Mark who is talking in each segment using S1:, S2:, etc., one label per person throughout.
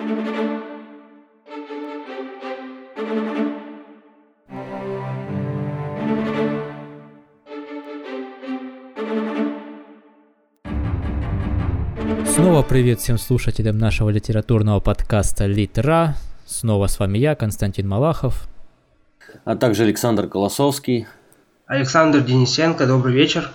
S1: Снова привет всем слушателям нашего литературного подкаста «Литра». Снова с вами я, Константин Малахов.
S2: А также Александр Колосовский.
S3: Александр Денисенко, добрый вечер.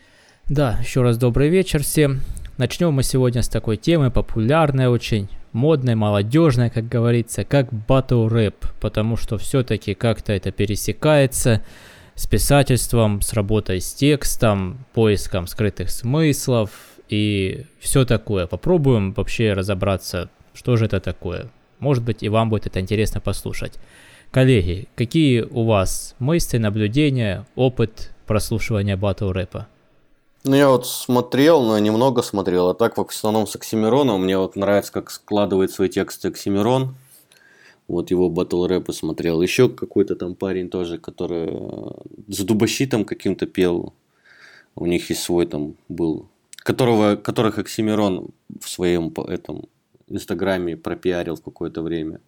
S1: Да, еще раз добрый вечер всем. Начнем мы сегодня с такой темы, популярной очень, модной, молодежной, как говорится, как батл рэп, потому что все-таки как-то это пересекается с писательством, с работой с текстом, поиском скрытых смыслов и все такое. Попробуем вообще разобраться, что же это такое. Может быть, и вам будет это интересно послушать. Коллеги, какие у вас мысли, наблюдения, опыт прослушивания батл рэпа?
S2: Ну, я вот смотрел, но немного смотрел, а так в основном с Оксимироном. Мне вот нравится, как складывает свои тексты Оксимирон. Вот его батл рэпы смотрел. Еще какой-то там парень тоже, который с дубощитом каким-то пел. У них есть свой там был, которых Оксимирон в своем этом инстаграме пропиарил в какое-то время.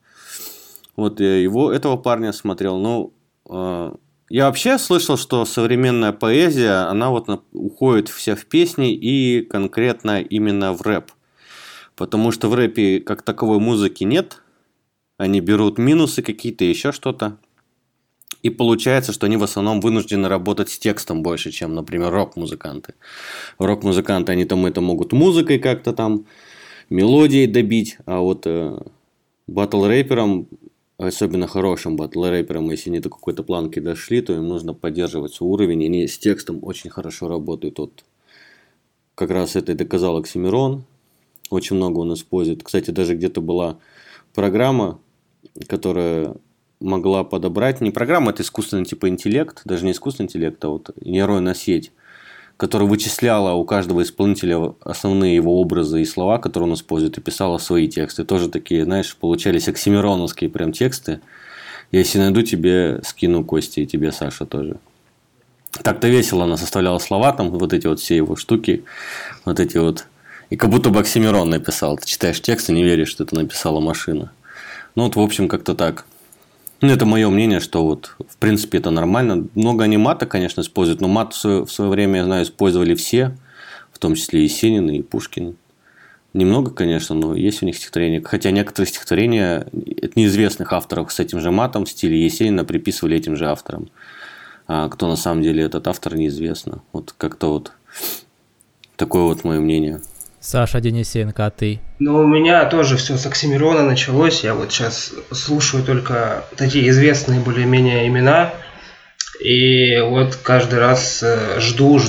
S2: Вот я этого парня смотрел. Ну, я вообще слышал, что современная поэзия, она вот уходит вся в песни и конкретно именно в рэп. Потому что в рэпе как таковой музыки нет. Они берут минусы какие-то, еще что-то. И получается, что они в основном вынуждены работать с текстом больше, чем, например, рок-музыканты. Рок-музыканты, они там это могут музыкой как-то там, мелодией добить. А вот батл-рэперам, особенно хорошим батл-рэперам, если они до какой-то планки дошли, то им нужно поддерживать свой уровень. И они с текстом очень хорошо работают. Вот как раз это и доказал Оксимирон. Очень много он использует. Кстати, даже где-то была программа, которая могла подобрать, не программа, это искусственный типа интеллект, даже не искусственный интеллект, а вот нейронная сеть, которая вычисляла у каждого исполнителя основные его образы и слова, которые он использует, и писала свои тексты. Тоже такие, знаешь, получались оксимироновские прям тексты. Я если найду, тебе скину, Кости, и тебе, Саша, тоже. Так-то весело она составляла слова, там вот эти вот все его штуки, вот эти вот. И как будто бы Оксимирон написал. Ты читаешь текст и не веришь, что это написала машина. Ну вот, в общем, как-то так. Ну, это мое мнение, что вот, в принципе, это нормально. Много они мата, конечно, используют, но мат в свое время, я знаю, использовали все, в том числе и Есенин, и Пушкин. Немного, конечно, но есть у них стихотворения. Хотя некоторые стихотворения от неизвестных авторов с этим же матом в стиле Есенина приписывали этим же авторам. А кто на самом деле этот автор, неизвестно. Вот как-то вот такое вот мое мнение.
S1: Саша Денисенко, а ты?
S3: Ну, у меня тоже все с Оксимирона началось. Я вот сейчас слушаю только такие известные более-менее имена. И вот каждый раз жду.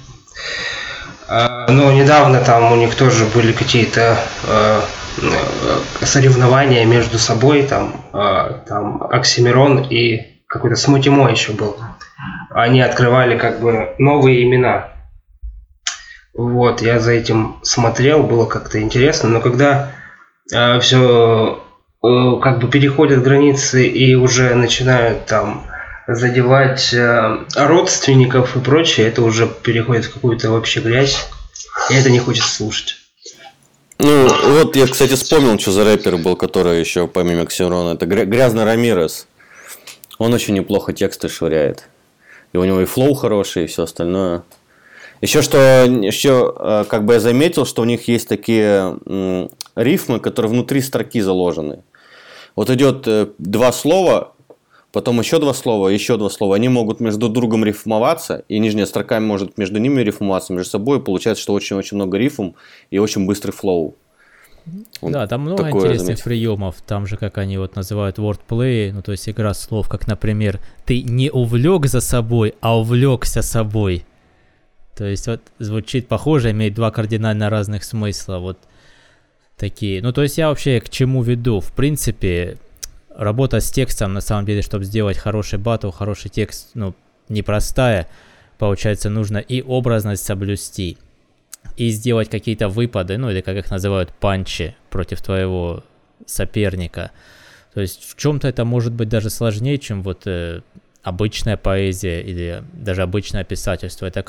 S3: Но недавно там у них тоже были какие-то соревнования между собой. Там Оксимирон и какой-то Смутимо еще был. Они открывали как бы новые имена. Вот, я за этим смотрел, было как-то интересно, но когда все как бы переходят границы и уже начинают там задевать родственников и прочее, это уже переходит в какую-то вообще грязь, и это не хочется слушать.
S2: Ну, вот я, кстати, вспомнил, что за рэпер был, который еще помимо Оксимирона, это Грязный Рамирес. Он очень неплохо тексты швыряет. И у него и флоу хороший, и все остальное. Еще как бы я заметил, что у них есть такие рифмы, которые внутри строки заложены. Вот идет два слова, потом еще два слова. Они могут между другом рифмоваться, и нижняя строка может между ними рифмоваться между собой. И получается, что очень-очень много рифм и очень быстрый флоу.
S1: Да, там много интересных приемов. Там же, как они вот называют wordplay, ну то есть игра слов, как, например, ты не увлек за собой, а увлекся собой. То есть вот звучит похоже, имеет два кардинально разных смысла, вот такие. Ну то есть я вообще к чему веду? В принципе, работа с текстом, на самом деле, чтобы сделать хороший батл, хороший текст, ну, непростая. Получается, нужно и образность соблюсти, и сделать какие-то выпады, ну или как их называют, панчи против твоего соперника. То есть в чем-то это может быть даже сложнее, чем вот обычная поэзия или даже обычное писательство. Это как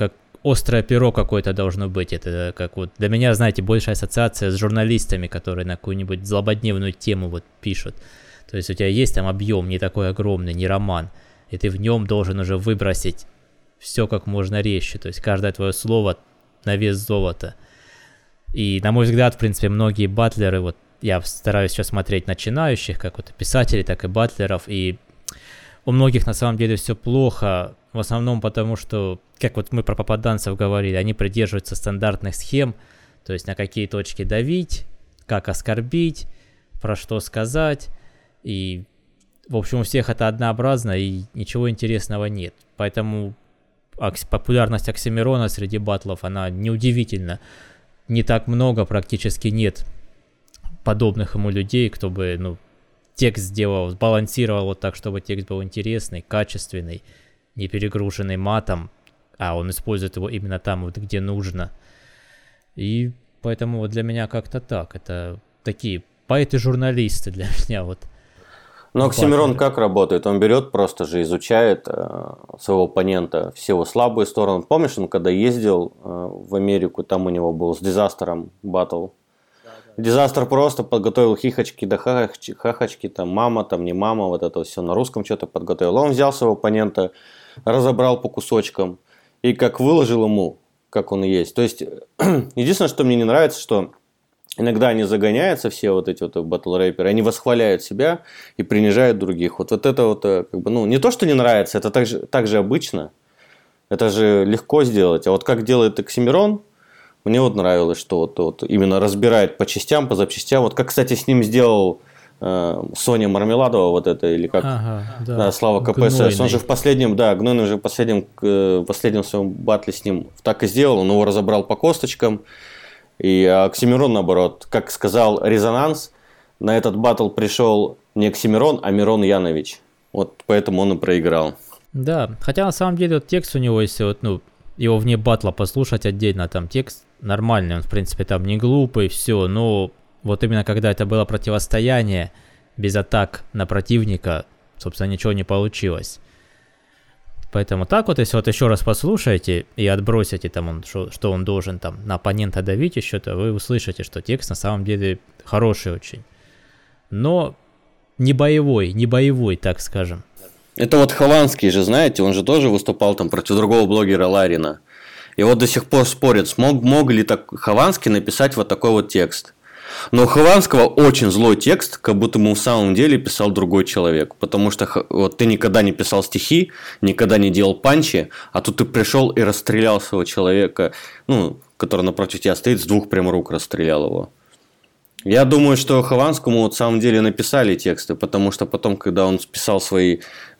S1: острое перо какое-то должно быть. Это как вот для меня, знаете, большая ассоциация с журналистами, которые на какую-нибудь злободневную тему вот пишут. То есть у тебя есть там объем не такой огромный, не роман, и ты в нем должен уже выбросить все как можно резче. То есть каждое твое слово на вес золота. И, на мой взгляд, в принципе, многие батлеры, вот я стараюсь сейчас смотреть начинающих, как вот писателей, так и батлеров, и у многих на самом деле все плохо, в основном потому, что, как вот мы про попаданцев говорили, они придерживаются стандартных схем, то есть на какие точки давить, как оскорбить, про что сказать, и, в общем, у всех это однообразно, и ничего интересного нет. Поэтому популярность Оксимирона среди батлов, она неудивительна. Не так много, практически нет подобных ему людей, кто бы, ну, текст сделал, сбалансировал вот так, чтобы текст был интересный, качественный, не перегруженный матом, а он использует его именно там, вот где нужно. И поэтому вот для меня как-то так. Это такие поэты-журналисты для меня вот.
S2: Но Оксимирон как работает? Он берет, просто же изучает своего оппонента, все его слабые стороны. Помнишь, он когда ездил в Америку, там у него был с Дизастером баттл. Дизастер просто подготовил хихочки да хахочки, там мама, там не мама, вот это все на русском что-то подготовил. Он взял своего оппонента, разобрал по кусочкам и как выложил ему, как он и есть. То есть, единственное, что мне не нравится, что иногда они загоняются, все вот эти вот батл-рэперы, они восхваляют себя и принижают других. Вот это вот, как бы, ну, не то, что не нравится, это так же обычно. Это же легко сделать. А вот как делает Оксимирон, мне вот нравилось, что вот именно разбирает по частям, по запчастям. Вот как, кстати, с ним сделал Соня Мармеладова, вот это, или как, да, Слава КПСС. Гнойный. Он же в последнем, да, Гнойный же в последнем своем батле с ним так и сделал, он его разобрал по косточкам. И Оксимирон, наоборот, как сказал Резонанс, на этот баттл пришел не Оксимирон, а Мирон Янович. Вот поэтому он и проиграл.
S1: Да, хотя на самом деле вот текст у него, если вот, ну, его вне батла послушать отдельно, там текст нормальный, он в принципе там не глупый, все, но вот именно когда это было противостояние без атак на противника, собственно, ничего не получилось. Поэтому так вот, если вот еще раз послушаете и отбросите там, что он должен там на оппонента давить еще, то вы услышите, что текст на самом деле хороший очень. Но не боевой, так скажем.
S2: Это вот Хованский же, знаете, он же тоже выступал там против другого блогера Ларина. И вот до сих пор спорят, мог ли так Хованский написать вот такой вот текст. Но у Хованского очень злой текст, как будто ему в самом деле писал другой человек. Потому что вот ты никогда не писал стихи, никогда не делал панчи, а тут ты пришел и расстрелял своего человека, ну, который напротив тебя стоит, с двух прям рук расстрелял его. Я думаю, что Хованскому вот в самом деле написали тексты, потому что потом, когда он писал свои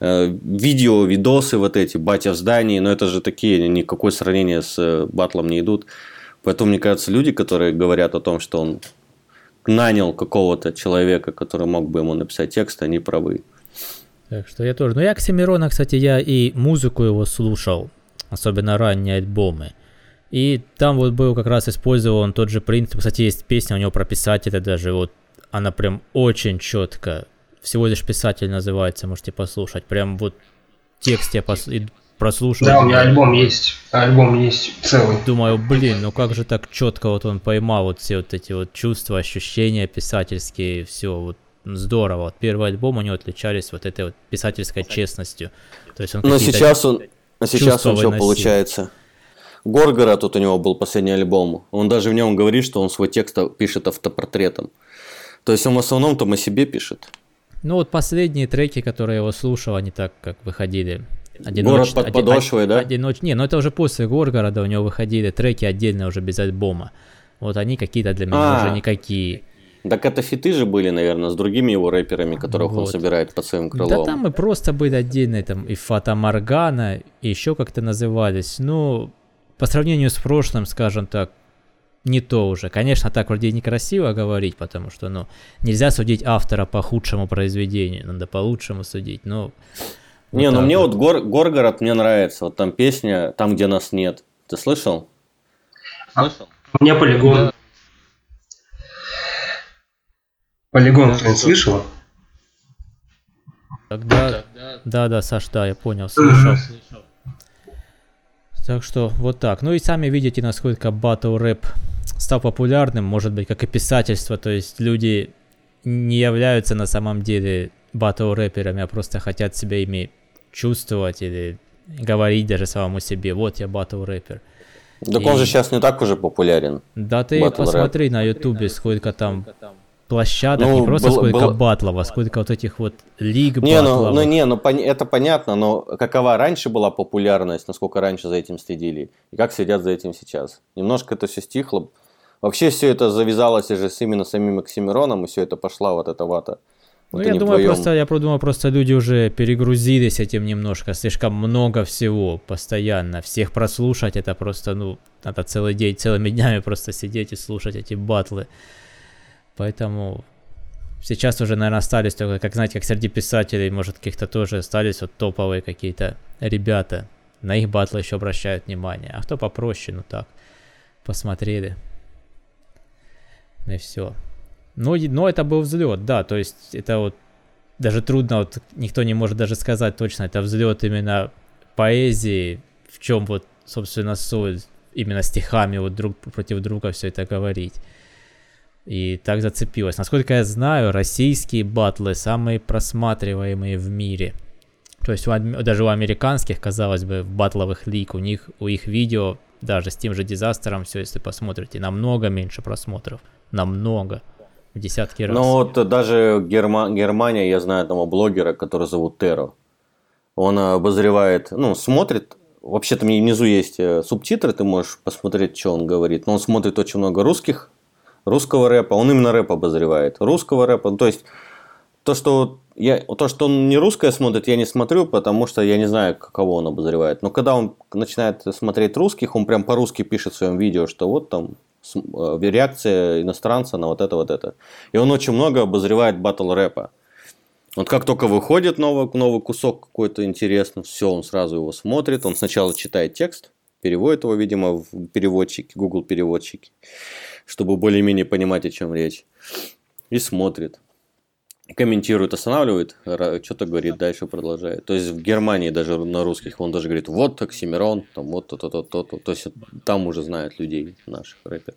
S2: видео, видосы вот эти, батя в здании, но это же такие, никакое сравнение с батлом не идут. Поэтому, мне кажется, люди, которые говорят о том, что он нанял какого-то человека, который мог бы ему написать текст, они правы.
S1: Так что я тоже. Ну, я Оксимирона, кстати, я и музыку его слушал, особенно ранние альбомы. И там вот был как раз использован тот же принцип. Кстати, есть песня у него про писателя даже. Вот она прям очень четко. Всего лишь писатель называется, можете послушать. Прям вот текст я прослушал.
S3: Да, у меня альбом есть целый.
S1: Думаю, блин, ну как же так четко вот он поймал вот все вот эти вот чувства, ощущения писательские, все вот здорово. Вот первый альбом у него отличались вот этой вот писательской честностью. То есть он
S2: сейчас он что получается? Горгород тут у него был последний альбом. Он даже в нем говорит, что он свой текст пишет автопортретом. То есть он в основном там о себе пишет.
S1: Ну вот последние треки, которые я его слушал, они так как выходили.
S2: Город под подошвой, да?
S1: Не, но это уже после Горгорода у него выходили треки отдельно уже без альбома. Вот они какие-то для меня уже никакие.
S2: Так это фиты же были, наверное, с другими его рэперами, которых он собирает под своим крылом.
S1: Да там и просто были отдельные, там и Фата Моргана, и еще как-то назывались. Ну, по сравнению с прошлым, скажем так, не то уже. Конечно, так вроде некрасиво говорить, потому что, ну, нельзя судить автора по худшему произведению, надо по лучшему судить, но...
S2: Не, вот ну мне вот Горгород мне нравится, вот там песня «Там, где нас нет». Ты слышал?
S3: Слышал? У меня Полигон. Полигон, ты слышал?
S1: Да, Саш, да, я понял, слышал. Так что вот так. Ну и сами видите, насколько батл рэп стал популярным, может быть, как и писательство. То есть люди не являются на самом деле батл рэперами, а просто хотят себя ими чувствовать или говорить даже самому себе. Вот я батл рэпер.
S2: Так он же сейчас не так уже популярен.
S1: Да ты посмотри на ютубе, сколько там площадок, не просто сколько батлов, а сколько вот этих вот лиг батлов.
S2: Это понятно, но какова раньше была популярность, насколько раньше за этим следили, и как следят за этим сейчас. Немножко это все стихло. Вообще все это завязалось же именно самим Оксимироном, и все это пошла вот эта вата.
S1: Ну, вот я думаю, просто люди уже перегрузились этим немножко, слишком много всего постоянно. Всех прослушать, это просто, надо целый день, целыми днями просто сидеть и слушать эти батлы. Поэтому сейчас уже, наверное, остались только, как знаете, как среди писателей, может, каких-то тоже остались вот топовые какие-то ребята. На их батлы еще обращают внимание. А кто попроще, так, посмотрели. И все. Но это был взлет, да, то есть это вот даже трудно, вот никто не может даже сказать точно, это взлет именно поэзии, в чем вот, собственно, суть, именно стихами вот друг против друга все это говорить. И так зацепилось. Насколько я знаю, российские батлы самые просматриваемые в мире. То есть даже у американских, казалось бы, в батловых лиг, у их видео, даже с тем же Дизастером, все, если посмотрите, намного меньше просмотров. Намного. В десятки раз.
S2: Ну вот даже Германия, я знаю одного блогера, который зовут Теро. Он обозревает, смотрит. Вообще-то внизу есть субтитры, ты можешь посмотреть, что он говорит. Но он смотрит очень много русского рэпа. Он именно рэп обозревает. Русского рэпа. То есть то, что он не русское смотрит, я не смотрю, потому что я не знаю, кого он обозревает. Но когда он начинает смотреть русских, он прям по-русски пишет в своем видео, что вот там реакция иностранца на вот это. И он очень много обозревает батл рэпа. Вот как только выходит новый кусок какой-то интересный, все, он сразу его смотрит. Он сначала читает текст, переводит его, видимо, в переводчики, Google переводчики, чтобы более-менее понимать, о чем речь. И смотрит. Комментирует, останавливает, что-то говорит, дальше продолжает. То есть в Германии даже на русских он даже говорит, вот Оксимирон, там вот то-то. То есть там уже знают людей наших рэперов.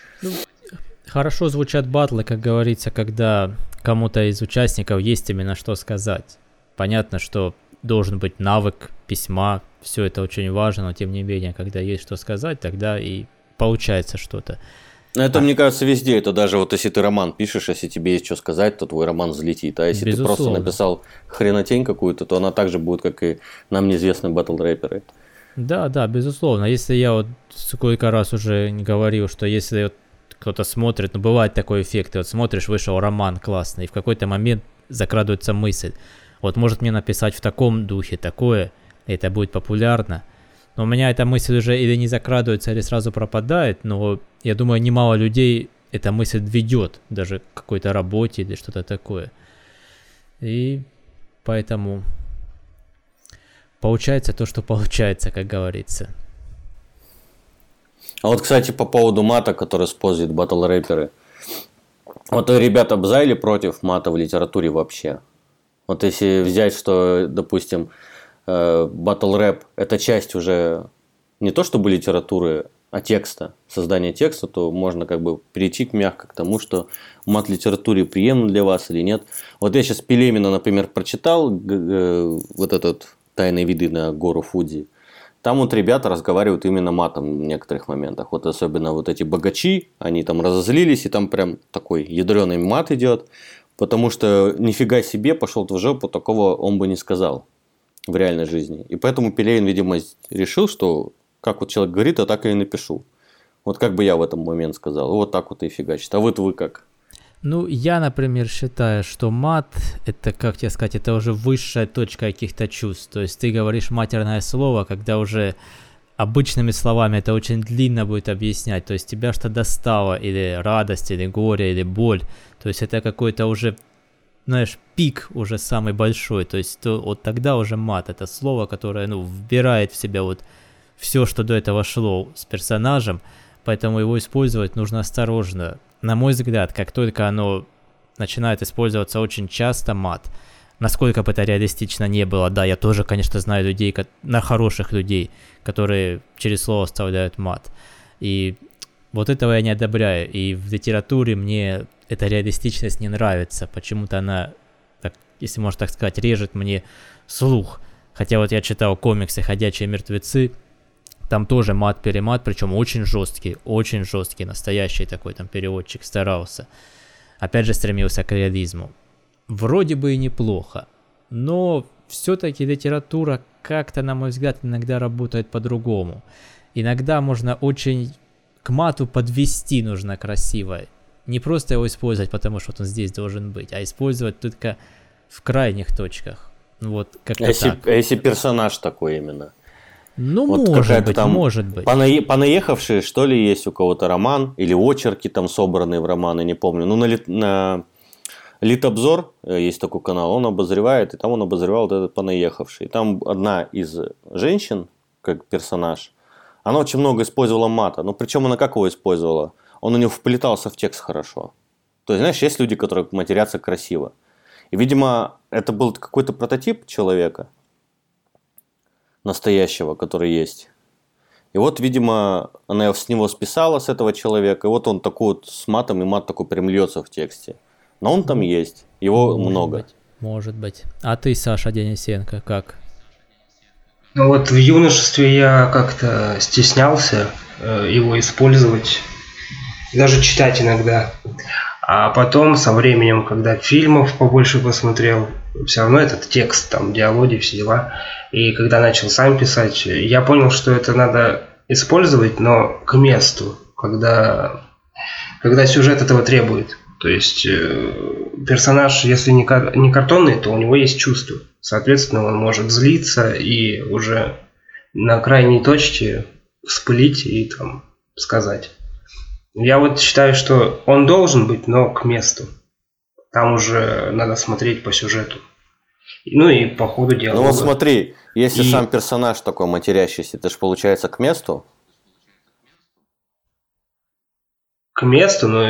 S1: Хорошо звучат батлы, как говорится, когда кому-то из участников есть именно что сказать. Понятно, что должен быть навык письма, все это очень важно, но тем не менее, когда есть что сказать, тогда и получается что-то.
S2: Это, мне кажется, везде. Это даже вот если ты роман пишешь, если тебе есть что сказать, то твой роман взлетит. А если ты просто написал хренотень какую-то, то она также будет, как и нам неизвестные батл-рэперы.
S1: Да, безусловно. Если я вот сколько раз уже говорил, что если вот кто-то смотрит, бывает такой эффект, ты вот смотришь, вышел роман классный, и в какой-то момент закрадывается мысль, вот может мне написать в таком духе такое, и это будет популярно. Но у меня эта мысль уже или не закрадывается, или сразу пропадает, но я думаю, немало людей эта мысль ведет даже к какой-то работе или что-то такое. И поэтому получается то, что получается, как говорится.
S2: А вот, кстати, по поводу мата, который используют батл-рэперы. Вот ребята за или против мата в литературе вообще? Вот если взять, что, допустим, батл-рэп – это часть уже не то чтобы литературы, а текста, создания текста, то можно как бы перейти мягко к тому, что мат в литературе приемлем для вас или нет. Вот я сейчас Пелемина, например, прочитал вот этот «Тайные виды на гору Фудзи». Там вот ребята разговаривают именно матом в некоторых моментах. Вот особенно вот эти богачи, они там разозлились, и там прям такой ядреный мат идет, потому что нифига себе, пошел ты в жопу, такого он бы не сказал в реальной жизни. И поэтому Пелевин, видимо, решил, что как вот человек говорит, я так и напишу. Вот как бы я в этом момент сказал. Вот так вот и фигачит. А вот вы как?
S1: Ну, я, например, считаю, что мат, это, как тебе сказать, это уже высшая точка каких-то чувств. То есть ты говоришь матерное слово, когда уже обычными словами это очень длинно будет объяснять. То есть тебя что достало, или радость, или горе, или боль. То есть это какой-то уже, знаешь, пик уже самый большой. То есть вот тогда уже мат, это слово, которое, вбирает в себя вот все, что до этого шло с персонажем. Поэтому его использовать нужно осторожно. На мой взгляд, как только оно начинает использоваться очень часто, мат, насколько бы это реалистично не было. Да, я тоже, конечно, знаю людей, хороших людей, которые через слово вставляют мат. И вот этого я не одобряю. И в литературе мне эта реалистичность не нравится. Почему-то она, так, если можно так сказать, режет мне слух. Хотя вот я читал комиксы «Ходячие мертвецы», там тоже мат-перемат, причем очень жесткий, настоящий такой там переводчик старался. Опять же стремился к реализму. Вроде бы и неплохо, но все-таки литература как-то, на мой взгляд, иногда работает по-другому. Иногда можно очень к мату подвести нужно красиво. Не просто его использовать, потому что вот он здесь должен быть, а использовать только в крайних точках. Вот как-то так.
S2: А если персонаж такой именно?
S1: Ну,
S2: вот
S1: может быть.
S2: Понаехавшие, что ли, есть у кого-то роман, или очерки там собранные в романы, не помню. Ну, на Литобзор, есть такой канал, он обозревает, и там он обозревал вот этот «Понаехавший». Там одна из женщин, как персонаж, она очень много использовала мата. Ну, причем она как его использовала? Он у него вплетался в текст хорошо. То есть, знаешь, есть люди, которые матерятся красиво. И, видимо, это был какой-то прототип человека настоящего, который есть. И вот, видимо, она с него списала, с этого человека, и вот он такой вот с матом, и мат такой прям льется в тексте. Но он там есть, его много.
S1: Может быть. А ты, Саша Денисенко, как?
S3: Ну вот в юношестве я как-то стеснялся его использовать, даже читать иногда. А потом, со временем, когда фильмов побольше посмотрел, все равно этот текст, там, диалоги, все дела. И когда начал сам писать, я понял, что это надо использовать, но к месту, когда сюжет этого требует. То есть персонаж, если не картонный, то у него есть чувство. Соответственно, он может злиться и уже на крайней точке вспылить и там сказать. Я вот считаю, что он должен быть, но к месту. Там уже надо смотреть по сюжету. Ну и по ходу диалога.
S2: Ну вот смотри, если сам персонаж такой матерящийся, это же получается к месту?
S3: К месту, но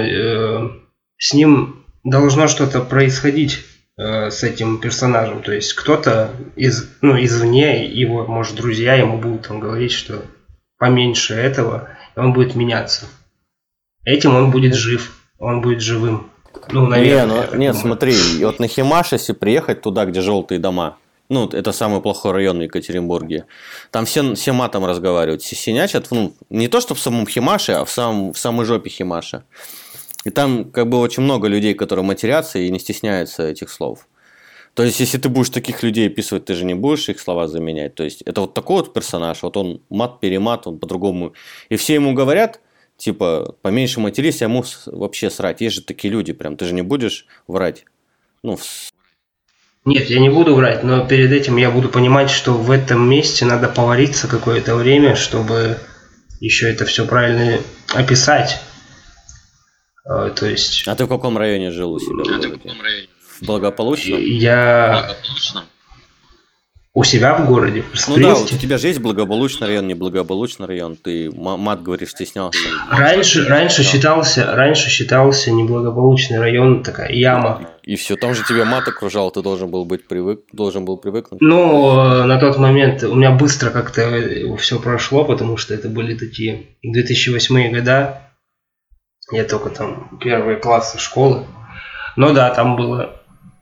S3: с ним должно что-то происходить с этим персонажем. То есть кто-то извне, его, может, друзья ему будут там говорить, что поменьше этого, и он будет меняться. Этим он будет жив, он будет живым. Ну, наверное.
S2: Нет, смотри, вот на Химаш, если приехать туда, где желтые дома, ну, это самый плохой район в Екатеринбурге, там все матом разговаривают, все синячат, ну, не то, что в самом Химаше, а в самой жопе Химаша. И там как бы очень много людей, которые матерятся и не стесняются этих слов. То есть, если ты будешь таких людей описывать, ты же не будешь их слова заменять. То есть, это вот такой вот персонаж, вот он мат-перемат, он по-другому. И все ему говорят, типа, поменьше матерись, а ему вообще срать. Есть же такие люди прям, ты же не будешь врать. Ну,
S3: Нет, я не буду врать, но перед этим я буду понимать, что в этом месте надо повариться какое-то время, чтобы еще это все правильно описать. То есть...
S2: А ты в каком районе жил у себя в городе? В Благополучном?
S3: Я... У себя в городе?
S2: Ну да, вот у тебя же есть благополучный район, неблагополучный район. Ты мат говоришь, стеснялся.
S3: Раньше считался неблагополучный район, такая яма.
S2: И все, там же тебя мат окружал, ты должен был привыкнуть.
S3: Ну, на тот момент у меня быстро как-то все прошло, потому что это были такие 2008 года. Я только там первые классы школы. Но да, там было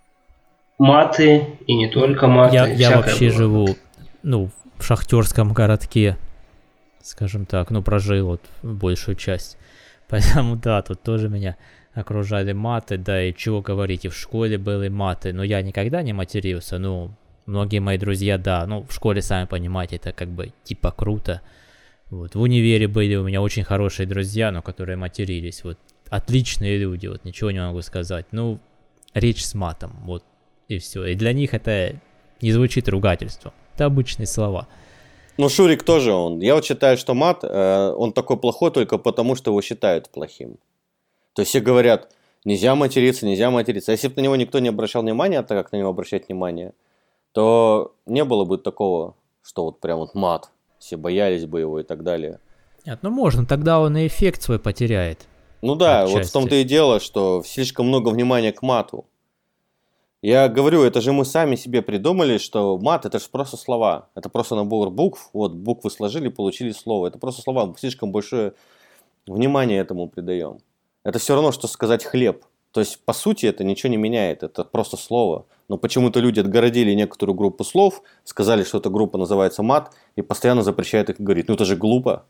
S3: маты, и не только маты.
S1: Я вообще живу, в шахтерском городке, скажем так, прожил вот большую часть. Поэтому да, тут тоже меня окружали маты, да, и чего говорить, и в школе были маты, но я никогда не матерился, многие мои друзья, да, в школе, сами понимаете, это как бы типа круто. Вот, в универе были у меня очень хорошие друзья, но которые матерились, вот, отличные люди, вот, ничего не могу сказать, речь с матом, вот, и все, и для них это не звучит ругательством, это обычные слова.
S2: Шурик тоже я вот считаю, что мат, он такой плохой только потому, что его считают плохим. То есть все говорят, нельзя материться. А если бы на него никто не обращал внимания, так как на него обращать внимание, то не было бы такого, что вот прям вот мат. Все боялись бы его и так далее.
S1: Нет, можно, тогда он и эффект свой потеряет.
S2: Ну да, отчасти. Вот в том-то и дело, что слишком много внимания к мату. Я говорю, это же мы сами себе придумали, что мат это же просто слова. Это просто набор букв. Вот буквы сложили, получили слово. Это просто слова. Мы слишком большое внимание этому придаем. Это все равно, что сказать хлеб. То есть, по сути, это ничего не меняет. Это просто слово. Но почему-то люди отгородили некоторую группу слов, сказали, что эта группа называется мат, и постоянно запрещают их говорить. Ну это же глупо.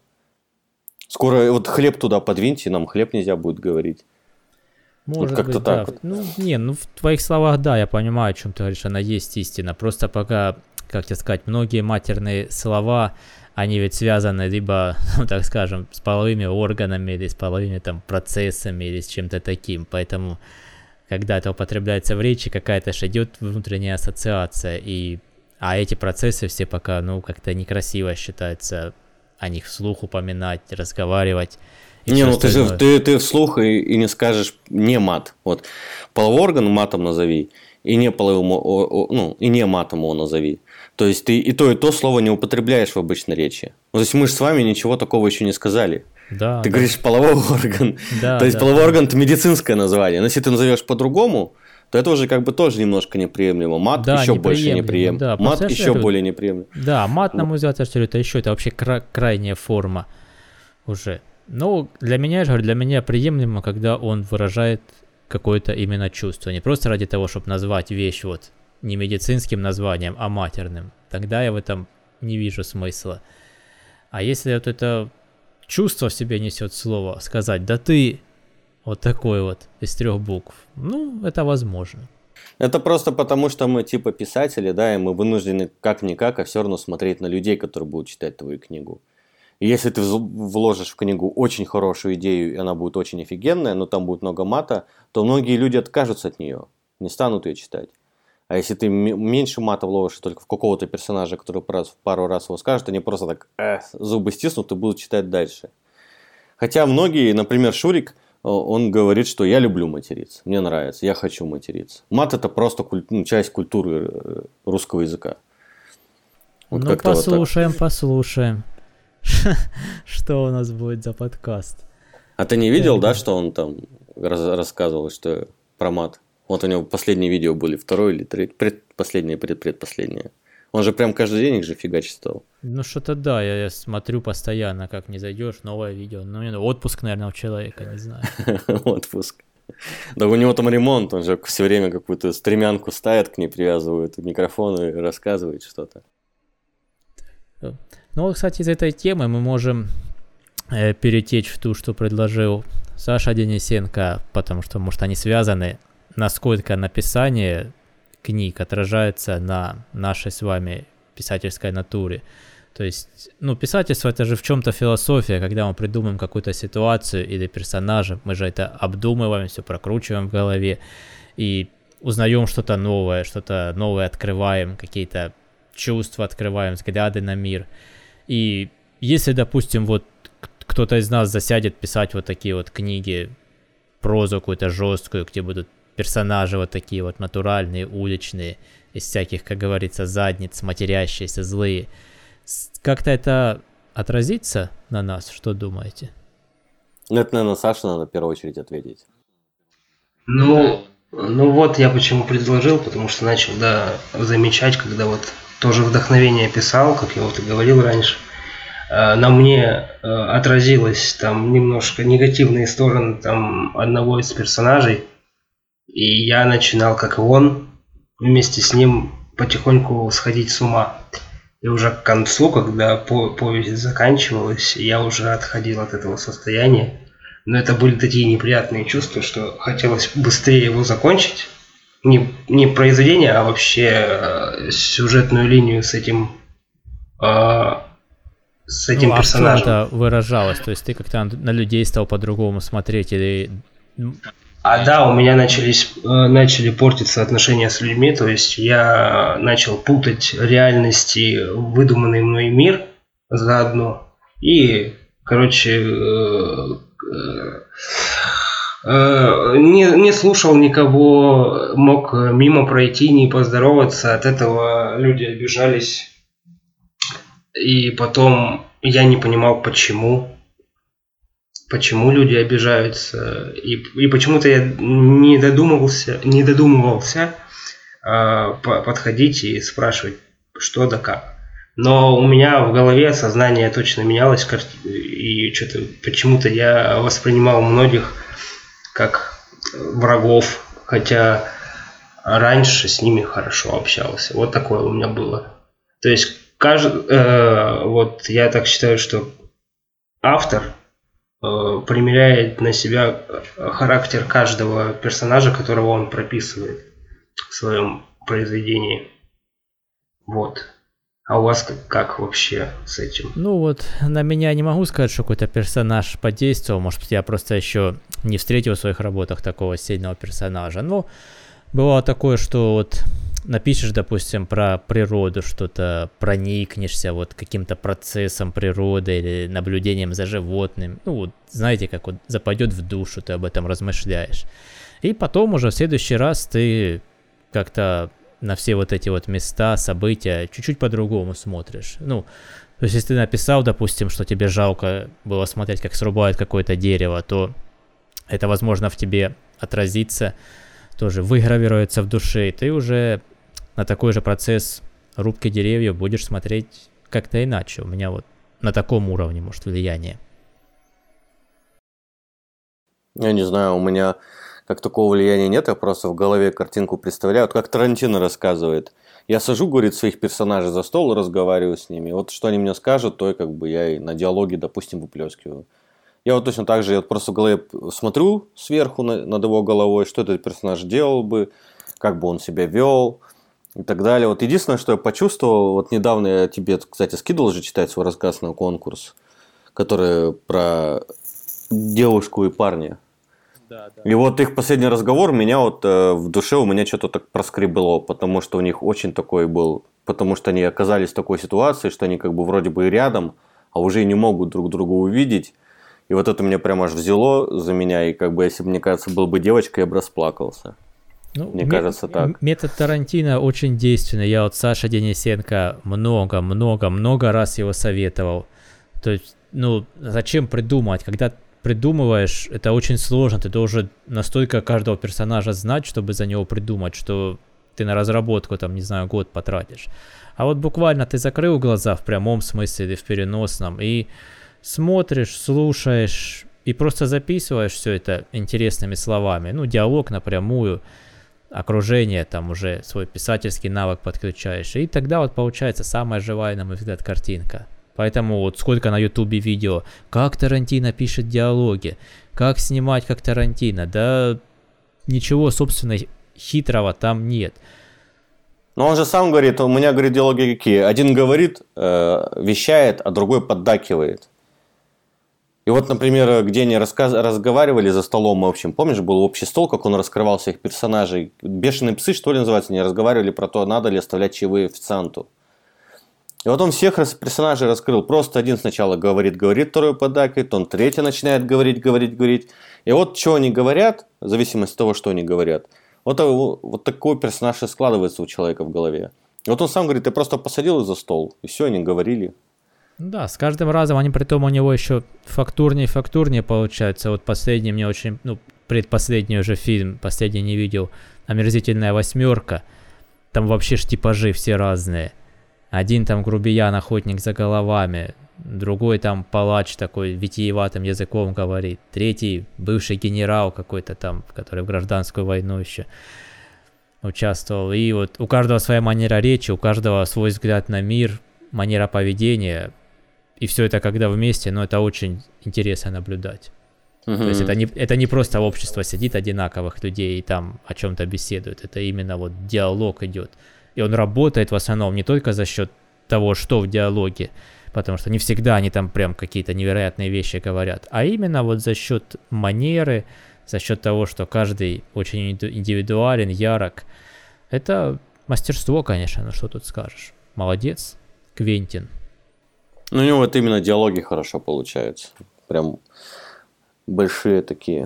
S2: Скоро вот хлеб туда подвиньте, нам хлеб нельзя будет говорить.
S1: Может
S2: вот как-то
S1: быть,
S2: так.
S1: Да. Ну, в твоих словах, да, я понимаю, о чем ты говоришь, она есть истина. Просто пока, как тебе сказать, многие матерные слова, они ведь связаны либо, ну, так скажем, с половыми органами, или с половыми там процессами, или с чем-то таким. Поэтому, когда это употребляется в речи, какая-то же идет внутренняя ассоциация. А эти процессы все пока, ну, как-то некрасиво считается о них вслух упоминать, разговаривать.
S2: Не, ну ты вслух и не скажешь не мат. Вот половой орган матом назови, и не половым, ну, и не матом его назови. То есть ты и то слово не употребляешь в обычной речи. То есть мы же с вами ничего такого еще не сказали.
S1: Да,
S2: ты говоришь половой орган.
S1: Да,
S2: то есть половой орган это медицинское название. Но если ты назовешь по-другому, то это уже как бы тоже немножко неприемлемо. Мат еще больше неприемлемо. Да, мат еще более неприемлемо.
S1: Да, мат, на мой взгляд, это вообще крайняя форма уже. Но для меня приемлемо, когда он выражает какое-то именно чувство. Не просто ради того, чтобы назвать вещь вот не медицинским названием, а матерным. Тогда я в этом не вижу смысла. А если вот это чувство в себе несет слово, сказать, да ты вот такой вот из 3 букв, ну, это возможно.
S2: Это просто потому, что мы типа писатели, да, и мы вынуждены как-никак, а все равно смотреть на людей, которые будут читать твою книгу. И если ты вложишь в книгу очень хорошую идею, и она будет очень офигенная, но там будет много мата, то многие люди откажутся от нее, не станут ее читать. А если ты меньше мата вложишь только в какого-то персонажа, который пару раз его скажет, они просто так зубы стиснут и будут читать дальше. Хотя многие, например, Шурик, он говорит, что я люблю материться, мне нравится, я хочу материться. Мат это просто часть культуры русского языка.
S1: Вот ну послушаем. Что у нас будет за подкаст?
S2: А ты не видел, да, что он там рассказывал, что про мат? Вот у него последние видео были, 2 или 3, предпоследнее. Он же прям каждый день их же фигачить стал.
S1: Ну что-то да, я смотрю постоянно, как не зайдешь, новое видео. Ну, отпуск, наверное, у человека, не знаю.
S2: Отпуск. Да у него там ремонт, он же все время какую-то стремянку ставит, к ней привязывает микрофон и рассказывает что-то.
S1: Ну вот, кстати, из этой темы мы можем перетечь в ту, что предложил Саша Денисенко, потому что, может, они связаны, насколько написание книг отражается на нашей с вами писательской натуре. То есть, ну, писательство это же в чем-то философия, когда мы придумаем какую-то ситуацию или персонажа, мы же это обдумываем, все прокручиваем в голове и узнаем что-то новое открываем, какие-то чувства открываем, взгляды на мир. И если, допустим, вот кто-то из нас засядет писать вот такие вот книги, прозу какую-то жесткую, где будут персонажи вот такие вот натуральные, уличные, из всяких, как говорится, задниц, матерящиеся, злые, как-то это отразится на нас? Что думаете?
S2: Ну, это, наверное, Саше надо в первую очередь ответить.
S3: Ну вот я почему предложил, потому что начал, замечать, когда вот тоже вдохновение писал, как я вот и говорил раньше, на мне отразилось там немножко негативные стороны там одного из персонажей, и я начинал, как и он, вместе с ним потихоньку сходить с ума. И уже к концу, когда повесть заканчивалась, я уже отходил от этого состояния. Но это были такие неприятные чувства, что хотелось быстрее его закончить. Не произведение, а вообще сюжетную линию с этим персонажем. А
S1: что это выражалось? То есть ты как-то на людей стал по-другому смотреть или...
S3: у меня начали портиться отношения с людьми, то есть я начал путать реальность и выдуманный мной мир заодно. И, не слушал никого, мог мимо пройти, не поздороваться, от этого люди обижались. И потом я не понимал, почему люди обижаются. И почему-то я не додумывался подходить и спрашивать, что да как. Но у меня в голове сознание точно менялось, и что-то почему-то я воспринимал многих как врагов, хотя раньше с ними хорошо общался. Вот такое у меня было. То есть вот я так считаю, что автор примеряет на себя характер каждого персонажа, которого он прописывает в своем произведении. Вот. А у вас как вообще с этим?
S1: Ну вот, на меня не могу сказать, что какой-то персонаж подействовал. Может быть, я просто еще не встретил в своих работах такого сильного персонажа. Но бывало такое, что вот напишешь, допустим, про природу что-то, проникнешься вот каким-то процессом природы или наблюдением за животным. Ну вот, знаете, как вот западет в душу, ты об этом размышляешь. И потом уже в следующий раз ты как-то на все вот эти вот места, события чуть-чуть по-другому смотришь. Ну, то есть, если ты написал, допустим, что тебе жалко было смотреть, как срубают какое-то дерево, то это, возможно, в тебе отразится, тоже выгравируется в душе, и ты уже на такой же процесс рубки деревьев будешь смотреть как-то иначе. У меня вот на таком уровне, может, влияние.
S2: Я не знаю, у меня как такого влияния нет, я просто в голове картинку представляю. Вот как Тарантино рассказывает. Я сажу, говорит, своих персонажей за стол и разговариваю с ними. Вот что они мне скажут, то как бы я и на диалоге, допустим, выплескиваю. Я вот точно так же, я вот просто в голове смотрю сверху над его головой, что этот персонаж делал бы, как бы он себя вел и так далее. Вот единственное, что я почувствовал, вот недавно я тебе, кстати, скидывал же читать свой рассказ на конкурс, который про девушку и парня. Да. И вот их последний разговор меня вот в душе у меня что-то так проскребло, потому что у них очень такой был, потому что они оказались в такой ситуации, что они как бы вроде бы и рядом, а уже и не могут друг друга увидеть. И вот это меня прям аж взяло за меня, и как бы, если бы, мне кажется, был бы девочкой, я бы расплакался.
S1: Ну,
S2: мне кажется, так.
S1: Метод Тарантино очень действенный. Я вот Саша Денисенко много раз его советовал. То есть, ну, зачем придумать? Когда придумываешь, это очень сложно. Ты должен настолько каждого персонажа знать, чтобы за него придумать, что ты на разработку, там, не знаю, год потратишь. А вот буквально ты закрыл глаза в прямом смысле или в переносном и смотришь, слушаешь и просто записываешь все это интересными словами. Ну, диалог напрямую, окружение, там уже свой писательский навык подключаешь. И тогда вот получается самая живая, на мой взгляд, картинка. Поэтому вот сколько на ютубе видео, как Тарантино пишет диалоги, как снимать как Тарантино. Да ничего, собственно, хитрого там нет.
S2: Но он же сам говорит, у меня, говорит, диалоги какие. Один говорит, вещает, а другой поддакивает. И вот, например, где они разговаривали за столом, в общем, помнишь, был общий стол, как он раскрывал всех персонажей. «Бешеные псы», что ли, называется, они разговаривали про то, надо ли оставлять чаевые официанту. И вот он всех персонажей раскрыл. Просто один сначала говорит, второй поддакивает, он третий начинает говорить. И вот что они говорят, в зависимости от того, что они говорят, вот такой персонаж и складывается у человека в голове. И вот он сам говорит, я просто посадил их за стол, и все, они говорили.
S1: Да, с каждым разом они, притом у него еще фактурнее получаются. Вот последний мне очень, предпоследний уже фильм, последний не видел, «Омерзительная восьмерка». Там вообще ж типажи все разные. Один там грубиян, охотник за головами, другой там палач такой витиеватым языком говорит, третий бывший генерал какой-то там, который в гражданскую войну еще участвовал. И вот у каждого своя манера речи, у каждого свой взгляд на мир, манера поведения. И все это когда вместе, это очень интересно наблюдать. То есть это не просто общество сидит одинаковых людей и там о чем-то беседует. Это именно вот диалог идет. И он работает в основном не только за счет того, что в диалоге, потому что не всегда они там прям какие-то невероятные вещи говорят, а именно вот за счет манеры, за счет того, что каждый очень индивидуален, ярок. Это мастерство, конечно, что тут скажешь. Молодец, Квентин.
S2: У него вот именно диалоги хорошо получаются. Прям большие такие.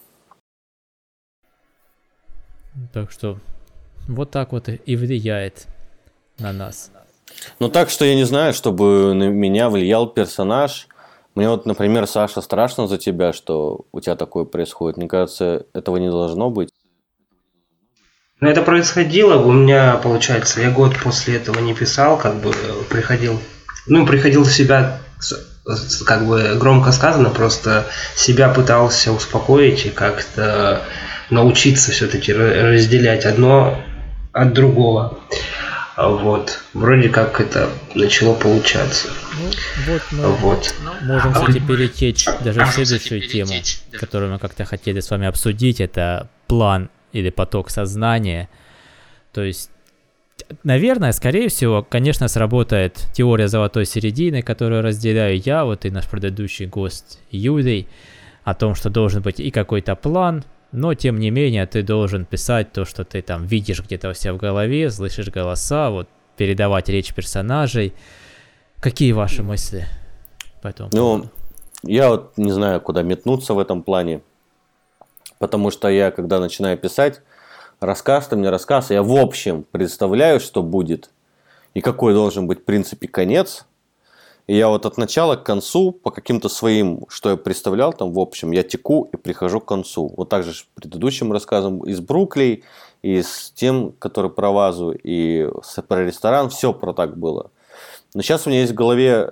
S1: Так что вот так вот и влияет на нас.
S2: Так что я не знаю, чтобы на меня влиял персонаж. Мне вот, например, Саша, страшно за тебя, что у тебя такое происходит. Мне кажется, этого не должно быть.
S3: Но это происходило, у меня, получается, я год после этого не писал, как бы приходил в себя, как бы громко сказано, просто себя пытался успокоить и как-то научиться все-таки разделять одно от другого. Вот. Вроде как это начало получаться.
S1: Мы можем, кстати, перетечь даже в следующую тему, которую мы как-то хотели с вами обсудить. Это план или поток сознания. То есть, наверное, скорее всего, конечно, сработает теория золотой середины, которую разделяю я, вот и наш предыдущий гость Юрий, о том, что должен быть и какой-то план, но тем не менее ты должен писать то, что ты там видишь где-то у себя в голове, слышишь голоса, вот передавать речь персонажей. Какие ваши мысли по этому поводу?
S2: Я вот не знаю, куда метнуться в этом плане, потому что я, когда начинаю писать, рассказ-то мне рассказ, я в общем представляю, что будет и какой должен быть в принципе конец. И я вот от начала к концу по каким-то своим, что я представлял там в общем, я теку и прихожу к концу. Вот так же с предыдущим рассказом из Бруклей, и с тем, который про вазу, и про ресторан, все про так было. Но сейчас у меня есть в голове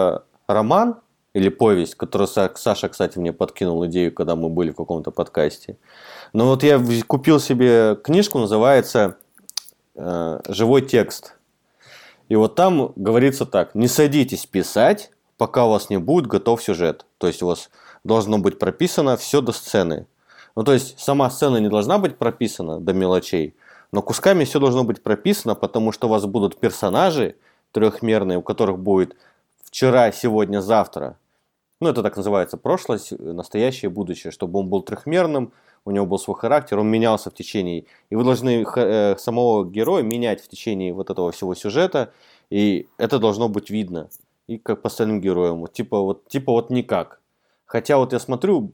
S2: роман или повесть, которую Саша, кстати, мне подкинул идею, когда мы были в каком-то подкасте. Но вот я купил себе книжку, называется «Живой текст». И вот там говорится так: не садитесь писать, пока у вас не будет готов сюжет. То есть у вас должно быть прописано все до сцены. Ну, то есть сама сцена не должна быть прописана до мелочей, но кусками все должно быть прописано, потому что у вас будут персонажи трехмерные, у которых будет вчера, сегодня, завтра. Ну, это так называется: прошлое, настоящее, будущее. Чтобы он был трехмерным, у него был свой характер, он менялся в течение. И вы должны самого героя менять в течение вот этого всего сюжета. И это должно быть видно. И как по остальным героям. Типа вот никак. Хотя вот я смотрю,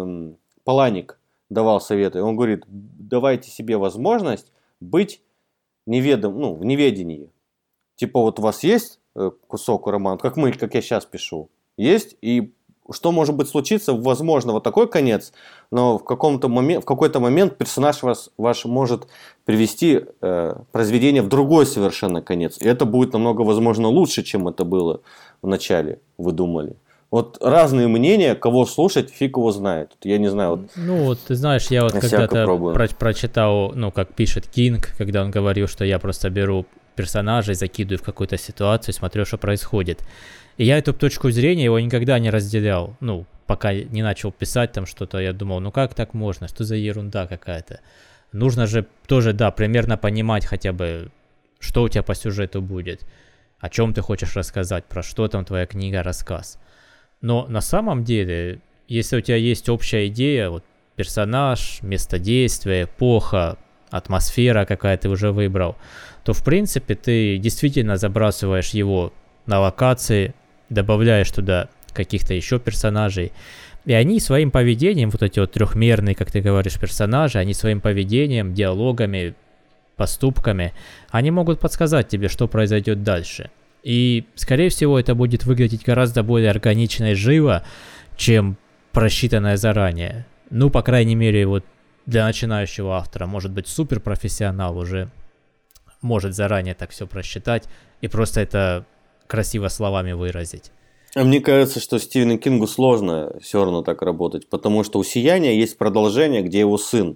S2: Паланик давал советы. Он говорит: давайте себе возможность быть в неведении. Типа вот у вас есть кусок романа, как я сейчас пишу. Есть, и что может быть случиться, возможно, вот такой конец, но в какой-то момент персонаж ваш может привести произведение в другой совершенно конец. И это будет намного, возможно, лучше, чем это было в начале, вы думали. Вот разные мнения, кого слушать, фиг его знает. Я не знаю. Вот,
S1: ну, вот ты знаешь, я вот когда-то прочитал, как пишет Кинг, когда он говорил, что я просто беру персонажей, закидываю в какую-то ситуацию, смотрю, что происходит. И я эту точку зрения его никогда не разделял. Пока не начал писать там что-то, я думал, как так можно, что за ерунда какая-то. Нужно же тоже, примерно понимать хотя бы, что у тебя по сюжету будет, о чем ты хочешь рассказать, про что там твоя книга, рассказ. Но на самом деле, если у тебя есть общая идея, вот персонаж, место действия, эпоха, атмосфера, какая ты уже выбрал, то в принципе ты действительно забрасываешь его на локации, добавляешь туда каких-то еще персонажей, и они своим поведением, вот эти вот трехмерные, как ты говоришь, персонажи, они своим поведением, диалогами, поступками, они могут подсказать тебе, что произойдет дальше. И, скорее всего, это будет выглядеть гораздо более органично и живо, чем просчитанное заранее. По крайней мере, вот для начинающего автора, может быть, суперпрофессионал уже может заранее так все просчитать и просто это красиво словами выразить.
S2: А мне кажется, что Стивену Кингу сложно все равно так работать, потому что у «Сияния» есть продолжение, где его сын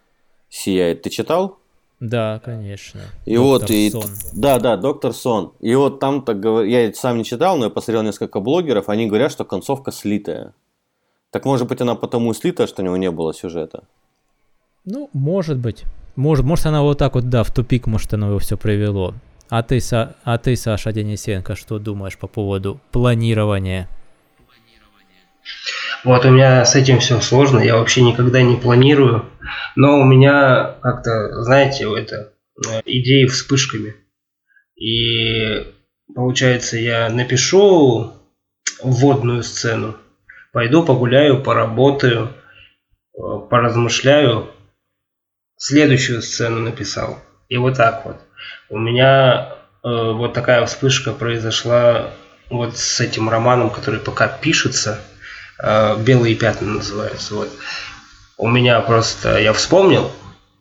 S2: сияет. Ты читал?
S1: Да, конечно.
S2: И Доктор Сон. Да, Доктор Сон. И вот там так говорят, я сам не читал, но я посмотрел несколько блогеров, они говорят, что концовка слитая. Так может быть она потому и слита, что у него не было сюжета?
S1: Может быть. Может она вот так вот, в тупик, может оно его все привело. А ты, Саша Денисенко, что думаешь по поводу планирования?
S3: Вот у меня с этим все сложно, я вообще никогда не планирую, но у меня как-то, знаете, идеи вспышками. И получается, я напишу вводную сцену, пойду погуляю, поработаю, поразмышляю, следующую сцену написал. И вот так вот. У меня вот такая вспышка произошла вот с этим романом, который пока пишется. «Белые пятна» называется. Вот. У меня просто, я вспомнил,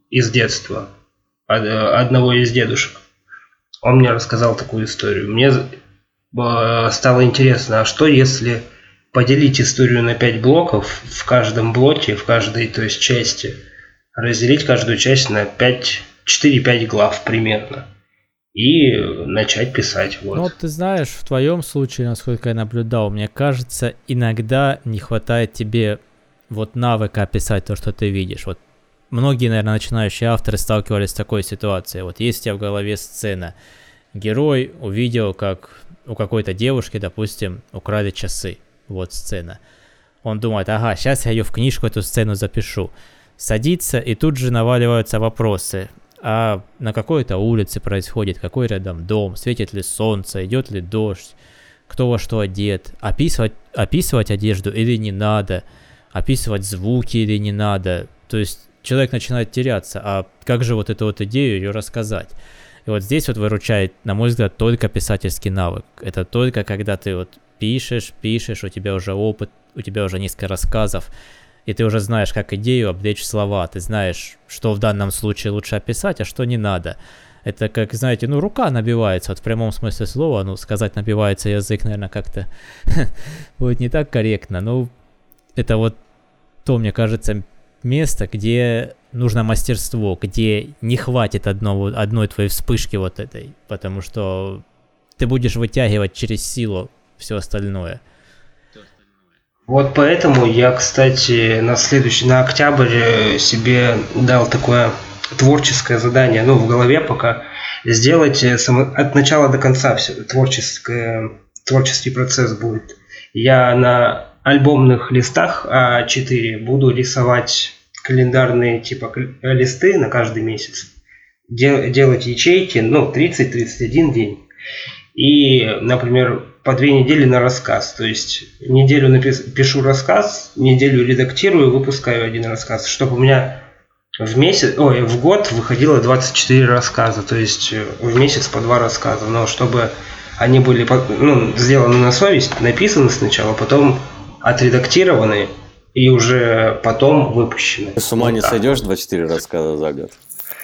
S3: из детства, одного из дедушек. Он мне рассказал такую историю. Мне стало интересно, а что если поделить историю на 5 блоков, в каждом блоке, в каждой, то есть, части, разделить каждую часть на 4-5 глав примерно. И начать писать. Вот.
S1: Ну, ты знаешь, в твоем случае, насколько я наблюдал, мне кажется, иногда не хватает тебе вот навыка описать то, что ты видишь. Вот многие, наверное, начинающие авторы сталкивались с такой ситуацией. Вот есть у тебя в голове сцена. Герой увидел, как у какой-то девушки, допустим, украли часы. Вот сцена. Он думает, ага, сейчас я ее в книжку, эту сцену запишу. Садится, и тут же наваливаются вопросы. А на какой-то улице происходит, какой рядом дом, светит ли солнце, идет ли дождь, кто во что одет, описывать одежду или не надо, описывать звуки или не надо. То есть человек начинает теряться, а как же вот эту вот идею ее рассказать? И вот здесь вот выручает, на мой взгляд, только писательский навык. Это только когда ты вот пишешь, у тебя уже опыт, у тебя уже несколько рассказов, и ты уже знаешь, как идею облечь в слова, ты знаешь, что в данном случае лучше описать, а что не надо. Это как, знаете, ну, рука набивается, вот в прямом смысле слова, ну, сказать набивается язык, наверное, как-то будет не так корректно, но это вот то, мне кажется, место, где нужно мастерство, где не хватит одной твоей вспышки вот этой, потому что ты будешь вытягивать через силу все остальное.
S3: Вот поэтому я, кстати, на октябрь себе дал такое творческое задание, ну, в голове пока, сделать от начала до конца все, творческий процесс будет. Я на альбомных листах А4 буду рисовать календарные типа листы на каждый месяц, делать ячейки, ну, 30-31 день. И, например, по 2 недели на рассказ. То есть неделю пишу рассказ, неделю редактирую, выпускаю один рассказ, чтобы у меня в год выходило 24 рассказа. То есть в месяц по 2 рассказа. Но чтобы они были сделаны на совесть, написаны сначала, потом отредактированы и уже потом выпущены.
S2: Ты с ума не сойдешь 24 рассказа за год?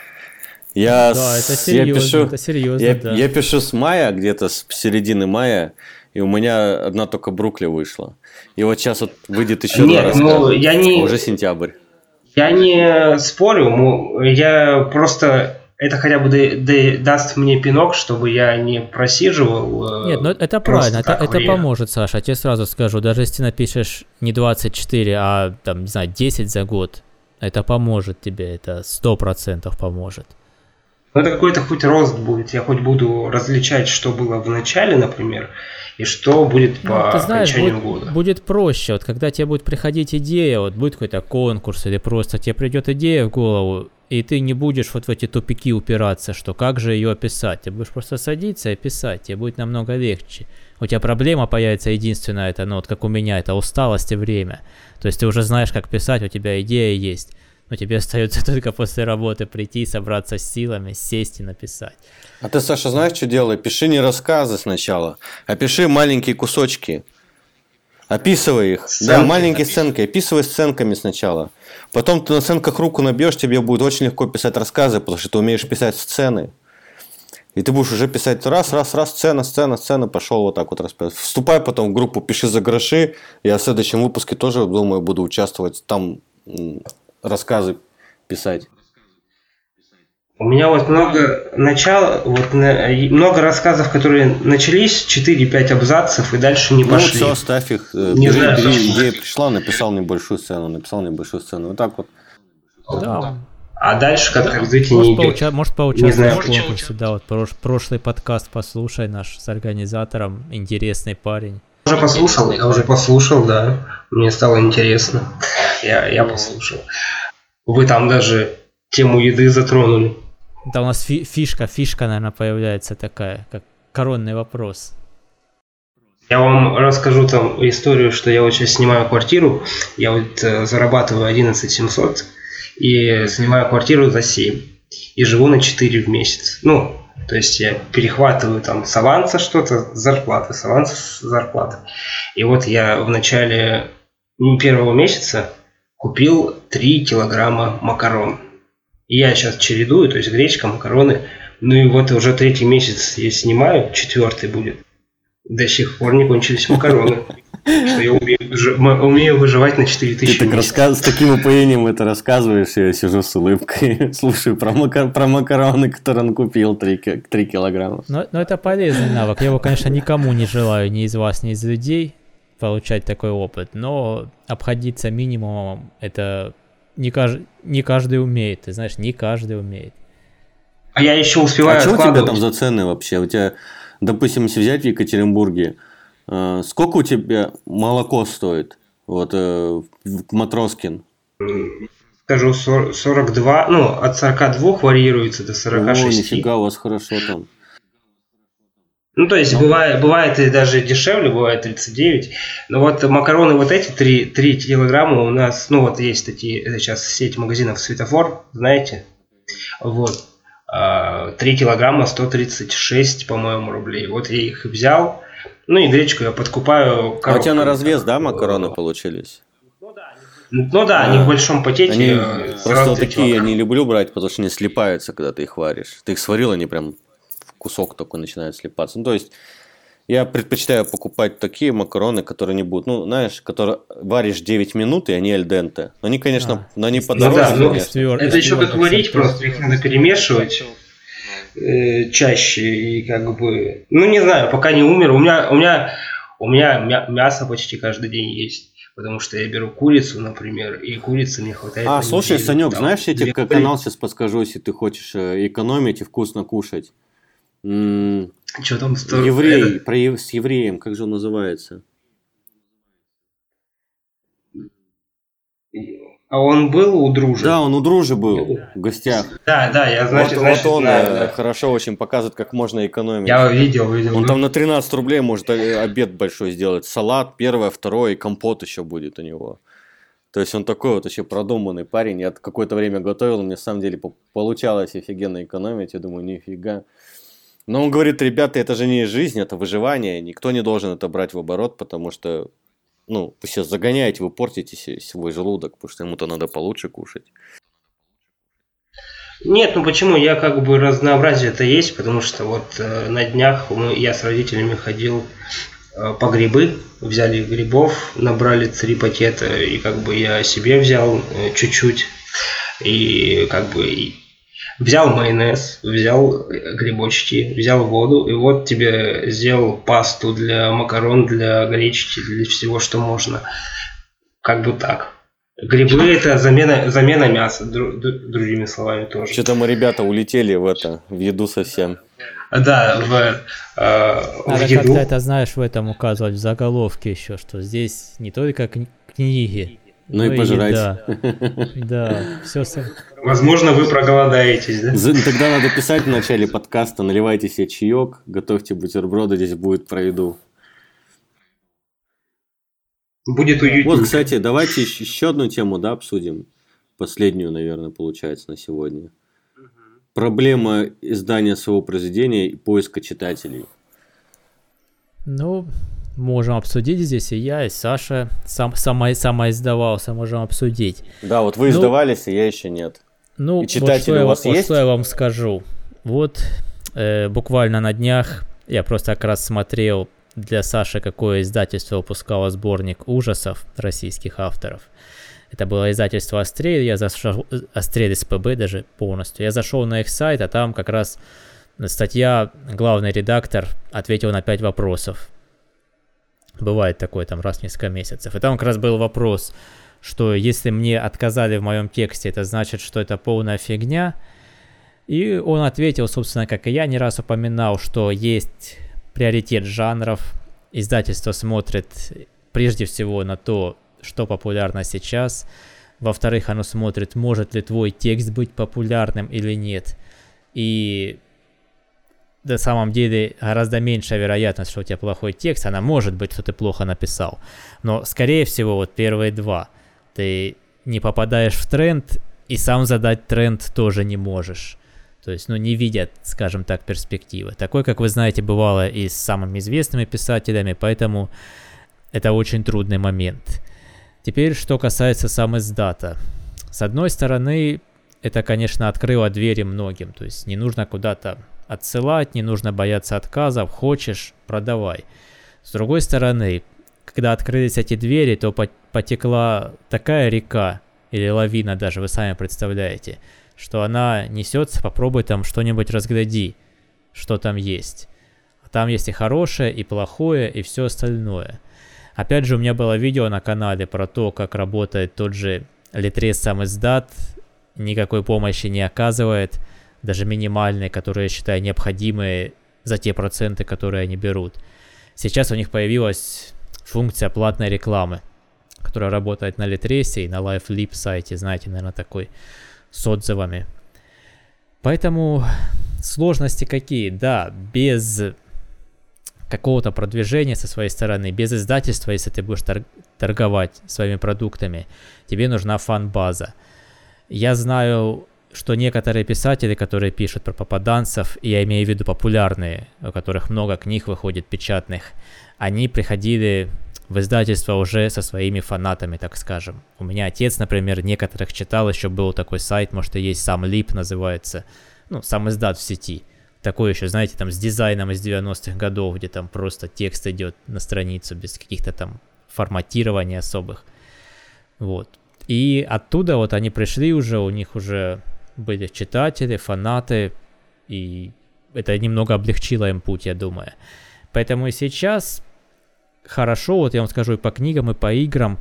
S1: Это серьезно,
S2: я пишу с мая, где-то с середины мая, и у меня одна только Брукли вышла. И вот сейчас вот выйдет еще 2 рассказа. Уже сентябрь.
S3: Я не спорю, я просто... Это хотя бы даст мне пинок, чтобы я не просиживал.
S1: Нет, ну это правильно, это поможет, Саша. Я тебе сразу скажу, даже если ты напишешь не 24, а там, не знаю, 10 за год, это поможет тебе, это 100% поможет.
S3: Ну, это какой-то хоть рост будет. Я хоть буду различать, что было в начале, например, и что будет по окончанию года.
S1: Будет проще. Вот когда тебе будет приходить идея, вот будет какой-то конкурс или просто тебе придет идея в голову, и ты не будешь вот в эти тупики упираться, что как же ее описать. Ты будешь просто садиться и писать, тебе будет намного легче. У тебя проблема появится единственная, это, ну, вот как у меня, это усталость и время. То есть ты уже знаешь, как писать, у тебя идея есть. Но тебе остается только после работы прийти, собраться с силами, сесть и написать.
S2: А ты, Саша, знаешь, что делай? Пиши не рассказы сначала, а пиши маленькие кусочки. Описывай их. Да, маленькие сценки. Описывай сценками сначала. Потом ты на сценках руку набьешь, тебе будет очень легко писать рассказы, потому что ты умеешь писать сцены. И ты будешь уже писать раз, сцена, пошел вот так вот расписать. Вступай потом в группу «Пиши за гроши». Я в следующем выпуске тоже, думаю, буду участвовать там, рассказы писать.
S3: У меня вот много рассказов, которые начались, 4-5 абзацев и дальше не пошли.
S2: Ну, все, оставь их. Идея пришла, написал небольшую сцену. Вот так вот.
S1: Да.
S3: А дальше как развитие не идет.
S1: Может поучаствовать в конкурсе. Да, вот прошлый подкаст послушай наш с организатором. Интересный парень.
S3: Я уже послушал, да. Мне стало интересно. Я послушал. Вы там даже тему еды затронули.
S1: Да, у нас фишка, наверное, появляется такая, как коронный вопрос.
S3: Я вам расскажу там историю, что я вот сейчас снимаю квартиру. Я вот зарабатываю 11 700 и снимаю квартиру за 7. И живу на 4 в месяц. Ну, то есть я перехватываю там с аванса что-то, с зарплаты. И вот я в начале первого месяца купил 3 килограмма макарон. И я сейчас чередую, то есть гречка, макароны. Ну и вот уже 3-й месяц я снимаю, 4-й будет. До сих пор не кончились макароны. Что я умею выживать на 4000
S2: Ты так с таким упоением это рассказываешь, я сижу с улыбкой, слушаю про макароны, которые он купил 3 килограмма.
S1: Но это полезный навык. Я его, конечно, никому не желаю, ни из вас, ни из людей, получать такой опыт. Но обходиться минимумом, это не каждый умеет. Ты знаешь, не каждый умеет.
S3: А я еще успеваю
S2: откладывать. А что у тебя там за
S3: откладывать.
S2: цены вообще? У тебя, допустим, если взять в Екатеринбурге, сколько у тебя молоко стоит? Вот Матроскин.
S3: Скажу 42, ну, от 42 варьируется до 46.
S2: О, нифига, у вас хорошо там.
S3: Ну, то есть, бывает и даже дешевле, бывает 39. Но вот макароны вот эти 3 килограмма у нас, ну, вот есть такие, сейчас сеть магазинов «Светофор», знаете? Вот. 3 килограмма 136, по-моему, рублей. Вот я их взял. Ну и гречку я подкупаю.
S2: А у тебя на развес, да, макароны получились?
S3: Ну да, они в большом пакете.
S2: Они просто такие я не люблю брать, потому что они слипаются, когда ты их варишь. Ты их сварил, они прям в кусок такой начинают слипаться. Ну, то есть, я предпочитаю покупать такие макароны, которые не будут, ну, знаешь, которые варишь 9 минут, и они аль денте. Они, конечно, но они подороже,
S3: ну,
S2: конечно.
S3: Это еще как варить просто, их надо перемешивать чаще и как бы, ну не знаю, пока не умер. У меня мясо почти каждый день есть, потому что я беру курицу, например, и курицы мне хватает.
S2: Слушай, Санек, знаешь, я тебе канал сейчас подскажу, если ты хочешь экономить и вкусно кушать.
S3: Что там?
S2: Еврей, с евреем, как же он называется?
S3: А он был у Дружи?
S2: Да, он у Дружи был в гостях.
S3: Да, я
S2: значит, он хорошо очень показывает, как можно экономить.
S3: Я видел.
S2: Он там на 13 рублей может обед большой сделать. Салат, первое, второе, и компот еще будет у него. То есть он такой вот еще продуманный парень. Я какое-то время готовил, мне на самом деле получалось офигенно экономить. Я думаю, нифига. Но он говорит, ребята, это же не жизнь, это выживание. Никто не должен это брать в оборот, потому что вы сейчас загоняете, вы портите свой желудок, потому что ему-то надо получше кушать.
S3: Нет, почему? Я как бы разнообразие-то есть, потому что вот на днях я с родителями ходил по грибы, взяли грибов, набрали 3 пакета, и как бы я себе взял чуть-чуть, и как бы взял майонез, взял грибочки, взял воду, и вот тебе сделал пасту для макарон, для гречки, для всего, что можно. Как бы так. Грибы – это замена мяса, другими словами тоже.
S2: Что-то мы, ребята, улетели в еду совсем.
S3: Да,
S1: Надо как-то это, знаешь, в этом указывать в заголовке еще, что здесь не только книги,
S2: но и пожрать.
S1: Да, все.
S3: Возможно, вы проголодаетесь, да?
S2: Тогда надо писать в начале подкаста, наливайте себе чаек, готовьте бутерброды, здесь будет про еду.
S3: Будет уютнее.
S2: Вот, кстати, давайте еще одну тему, обсудим. Последнюю, наверное, получается на сегодня. Проблема издания своего произведения и поиска читателей.
S1: Можем обсудить здесь, и я, и Саша самоиздавался, можем обсудить.
S2: Да, вот вы издавались, и я еще нет. И читатели у вас есть?
S1: Что я вам скажу. Вот буквально на днях я просто как раз смотрел для Саши, какое издательство выпускало сборник ужасов российских авторов. Это было издательство Астрель, я зашел, Астрель СПБ даже полностью. Я зашел на их сайт, а там как раз статья, главный редактор ответил на 5 вопросов. Бывает такое там раз в несколько месяцев. И там как раз был вопрос, что если мне отказали в моем тексте, это значит, что это полная фигня. И он ответил, собственно, как и я не раз упоминал, что есть приоритет жанров. Издательство смотрит прежде всего на то, что популярно сейчас. Во-вторых, оно смотрит, может ли твой текст быть популярным или нет. И на самом деле гораздо меньшая вероятность, что у тебя плохой текст. Она может быть, что ты плохо написал. Но, скорее всего, вот первые 2. Ты не попадаешь в тренд, и сам задать тренд тоже не можешь. То есть, не видят, скажем так, перспективы. Такое, как вы знаете, бывало и с самыми известными писателями, поэтому это очень трудный момент. Теперь, что касается сам издата. С одной стороны, это, конечно, открыло двери многим. То есть не нужно куда-то отсылать, не нужно бояться отказов. Хочешь, продавай. С другой стороны, когда открылись эти двери, то потекла такая река, или лавина даже, вы сами представляете, что она несется, попробуй там что-нибудь разгляди, что там есть. Там есть и хорошее, и плохое, и все остальное. Опять же, у меня было видео на канале про то, как работает тот же Litres самиздат, никакой помощи не оказывает, даже минимальной, которые я считаю необходимые за те проценты, которые они берут. Сейчас у них появилась функция платной рекламы, которая работает на Litres и на LiveLib сайте, знаете, наверное, такой, с отзывами. Поэтому сложности какие? Да, без какого-то продвижения со своей стороны, без издательства, если ты будешь торговать своими продуктами, тебе нужна фан-база. Я знаю, что некоторые писатели, которые пишут про попаданцев, и я имею в виду популярные, у которых много книг выходит печатных, они приходили в издательство уже со своими фанатами, так скажем. У меня отец, например, некоторых читал, еще был такой сайт, может и есть, сам Лип называется, сам издат в сети. Такой еще, знаете, там с дизайном из 90-х годов, где там просто текст идет на страницу без каких-то там форматирований особых. Вот. И оттуда вот они пришли уже, у них уже были читатели, фанаты, и это немного облегчило им путь, я думаю. Поэтому и сейчас хорошо, вот я вам скажу, и по книгам, и по играм,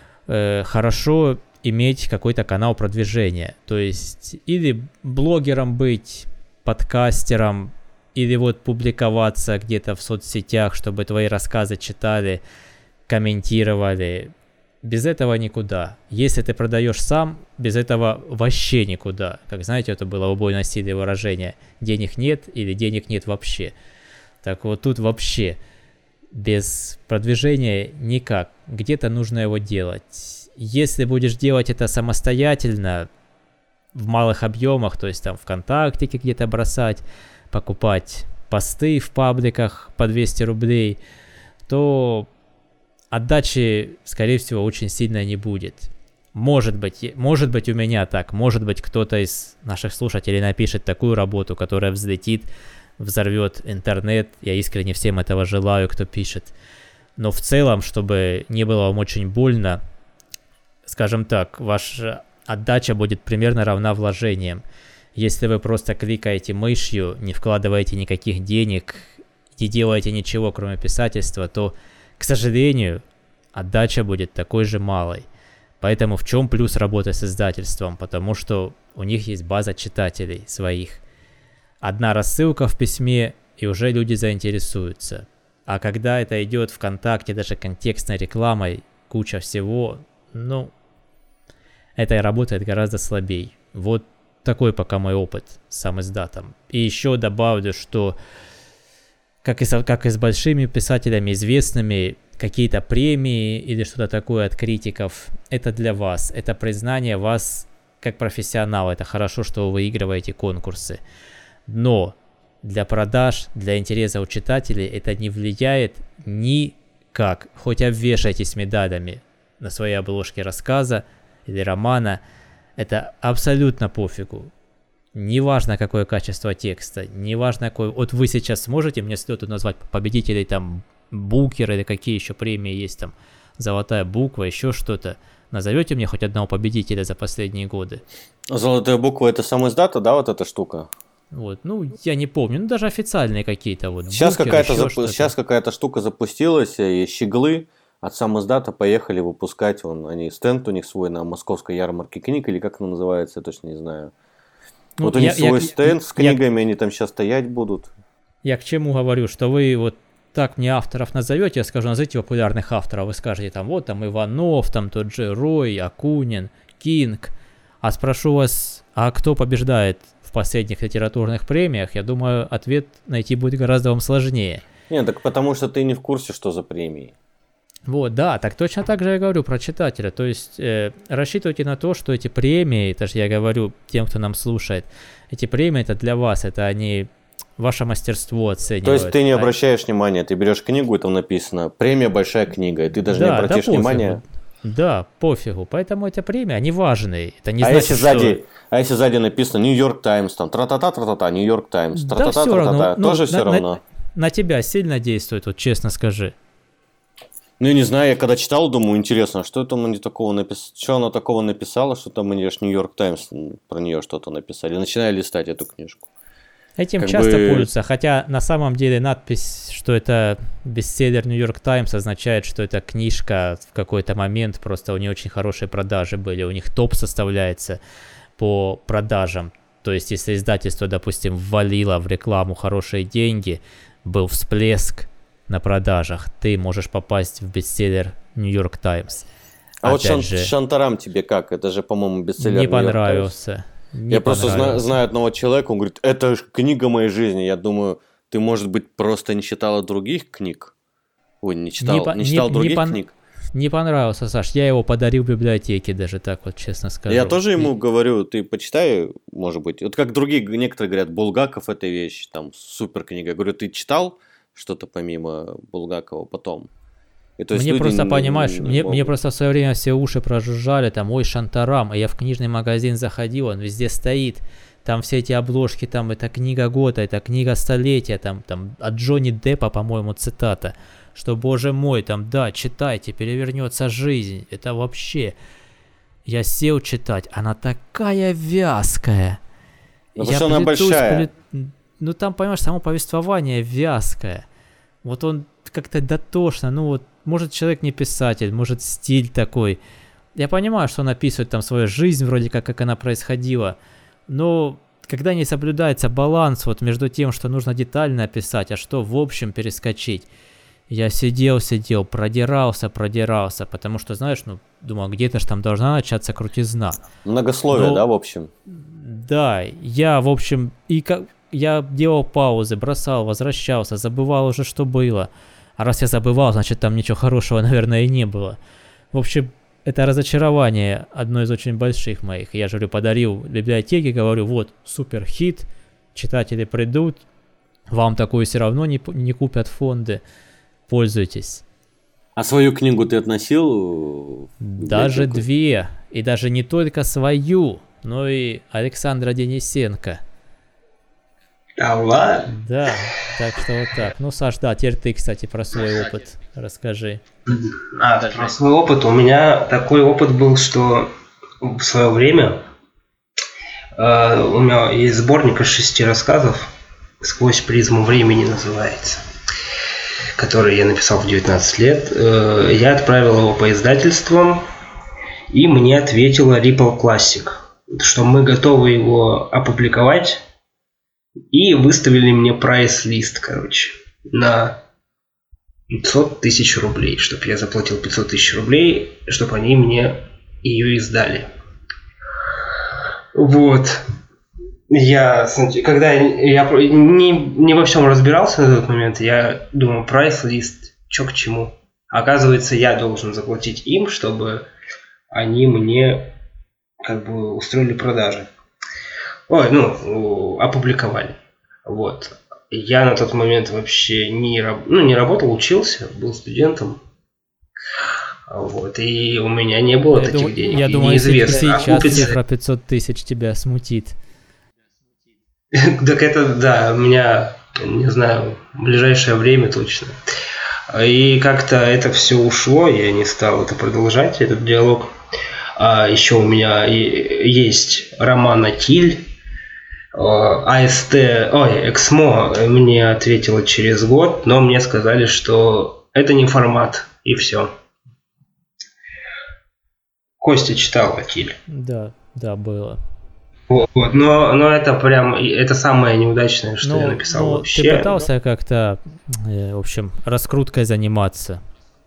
S1: хорошо иметь какой-то канал продвижения. То есть или блогером быть, подкастером, или вот публиковаться где-то в соцсетях, чтобы твои рассказы читали, комментировали. Без этого никуда. Если ты продаешь сам, без этого вообще никуда. Как знаете, это было в убойном стиле выражение: денег нет или денег нет вообще. Так вот тут вообще без продвижения никак. Где-то нужно его делать. Если будешь делать это самостоятельно, в малых объемах, то есть там ВКонтактике где-то бросать, покупать посты в пабликах по 200 рублей, то отдачи, скорее всего, очень сильно не будет. Может быть у меня так, может быть кто-то из наших слушателей напишет такую работу, которая взлетит, взорвет интернет. Я искренне всем этого желаю, кто пишет. Но в целом, чтобы не было вам очень больно, скажем так, ваша отдача будет примерно равна вложениям. Если вы просто кликаете мышью, не вкладываете никаких денег, не делаете ничего, кроме писательства, то, к сожалению, отдача будет такой же малой. Поэтому в чем плюс работы с издательством? Потому что у них есть база читателей своих. Одна рассылка в письме, и уже люди заинтересуются. А когда это идет ВКонтакте, даже контекстной рекламой, куча всего, это работает гораздо слабее. Вот такой пока мой опыт с самиздатом. И еще добавлю, что как и с большими писателями известными, какие-то премии или что-то такое от критиков, это для вас. Это признание вас как профессионала. Это хорошо, что вы выигрываете конкурсы. Но для продаж, для интереса у читателей это не влияет никак. Хоть обвешайтесь медалями на своей обложке рассказа или романа, это абсолютно пофигу. Неважно, какое качество текста, неважно, какой... Вот вы сейчас сможете мне слету назвать победителей там Букер или какие еще премии есть там, Золотая буква, еще что-то. Назовете мне хоть одного победителя за последние годы?
S2: Золотая буква — это самиздата, да, вот эта штука?
S1: Вот, я не помню, даже официальные какие-то вот.
S2: Сейчас какая-то штука запустилась, и щеглы от самиздата поехали выпускать, они стенд у них свой на московской ярмарке книг, или как она называется, я точно не знаю. Вот у них свой стенд с книгами, они там сейчас стоять будут.
S1: Я к чему говорю, что вы вот так мне авторов назовете, я скажу, назовите популярных авторов, вы скажете там, вот там Иванов, там тот же Рой, Акунин, Кинг, а спрошу вас, а кто побеждает в последних литературных премиях, я думаю, ответ найти будет гораздо вам сложнее.
S2: Нет, так потому что ты не в курсе, что за премии.
S1: Вот, да, так точно так же я говорю про читателя. То есть рассчитывайте на то, что эти премии, это же я говорю тем, кто нам слушает, эти премии это для вас, это они ваше мастерство оценивают.
S2: То есть ты не обращаешь внимания, ты берешь книгу, и там написано «Премия большая книга», и ты даже не обратишь внимания.
S1: Да, пофигу. Поэтому эти премии, они важные. Это не значит,
S2: если сзади написано Нью-Йорк Таймс, там тра-та-та-та-та-та, Нью-Йорк Таймс,
S1: тра-та-та, тра-та-та,
S2: тоже все равно.
S1: На тебя сильно действует, вот честно скажи.
S2: Ну, я не знаю, я когда читал, думаю, интересно, что это мне такого написало, что она такого написала, что там мне аж Нью-Йорк Таймс про нее что-то написали. Начинаю листать эту книжку.
S1: Этим часто пользуются, хотя на самом деле надпись, что это бестселлер Нью-Йорк Таймс, означает, что эта книжка в какой-то момент просто у нее очень хорошие продажи были, у них топ составляется по продажам. То есть, если издательство, допустим, ввалило в рекламу хорошие деньги, был всплеск на продажах, ты можешь попасть в бестселлер Нью-Йорк Таймс.
S2: А опять вот Шантарам тебе как? Это же, по-моему, бестселлер
S1: Нью-Йорк Таймс. Не понравился.
S2: Я просто знаю одного человека, он говорит, это книга моей жизни. Я думаю, ты, может быть, просто не читала других книг? Ой, не читал других книг?
S1: Не понравился, Саш. Я его подарил в библиотеке, даже так вот, честно скажу.
S2: Я тоже ему говорю, ты почитай, может быть. Вот как другие, некоторые говорят, Булгаков это вещь, там, супер книга. Я говорю, ты читал что-то помимо Булгакова потом? И то есть
S1: мне просто, понимаешь, мне просто в свое время все уши прожужжали, там, ой, Шантарам, а я в книжный магазин заходил, он везде стоит, там все эти обложки, там, это книга года, это книга столетия, там от Джонни Деппа, по-моему, цитата, что, боже мой, там, да, читайте, перевернется жизнь, это вообще... Я сел читать, она такая вязкая.
S2: Ну, потому что она большая.
S1: Ну, там, понимаешь, само повествование вязкое. Вот он как-то дотошно, ну вот, может, человек не писатель, может, стиль такой. Я понимаю, что он описывает там свою жизнь, вроде как она происходила, но когда не соблюдается баланс вот между тем, что нужно детально описать, а что в общем перескочить, я сидел, продирался, потому что, знаешь, ну, думал, где-то ж там должна начаться крутизна.
S2: Многословие, да, в общем?
S1: Да, я, в общем, я делал паузы, бросал, возвращался, забывал уже, что было. А раз я забывал, значит, там ничего хорошего, наверное, и не было. В общем, это разочарование одно из очень больших моих. Я же говорю, подарил в библиотеке, говорю, вот, супер хит, читатели придут, вам такое все равно не купят фонды, пользуйтесь.
S2: А свою книгу ты относил?
S1: Даже 2, и даже не только свою, но и Александра Денисенко.
S3: Да ладно?
S1: Да, так что вот так. Ну, Саш, да, теперь ты, кстати, про свой опыт расскажи.
S3: Про свой опыт. У меня такой опыт был, что в свое время у меня есть сборник из 6 рассказов, «Сквозь призму времени» называется, который я написал в 19 лет. Я отправил его по издательствам, и мне ответила Ripple Classic, что мы готовы его опубликовать. И выставили мне прайс-лист, короче, на 500 тысяч рублей, чтобы я заплатил 500 тысяч рублей, чтобы они мне ее издали. Вот. Когда я не во всем разбирался на тот момент, я думал, прайс-лист, что к чему. Оказывается, я должен заплатить им, чтобы они мне как бы устроили продажи. Опубликовали. Вот. Я на тот момент вообще не работал, учился, был студентом. Вот. И у меня не было таких денег.
S1: Я думаю, если сейчас цифра 500 тысяч тебя смутит.
S3: Так это, да, у меня, не знаю, в ближайшее время точно. И как-то это все ушло, я не стал это продолжать, этот диалог. А еще у меня есть роман «Атиль». Эксмо мне ответила через год, но мне сказали, что это не формат, и все. Костя читал «Атиль».
S1: Да, было.
S3: Вот. Но это прям, это самое неудачное, что я написал вообще.
S1: Ты пытался как-то, в общем, раскруткой заниматься?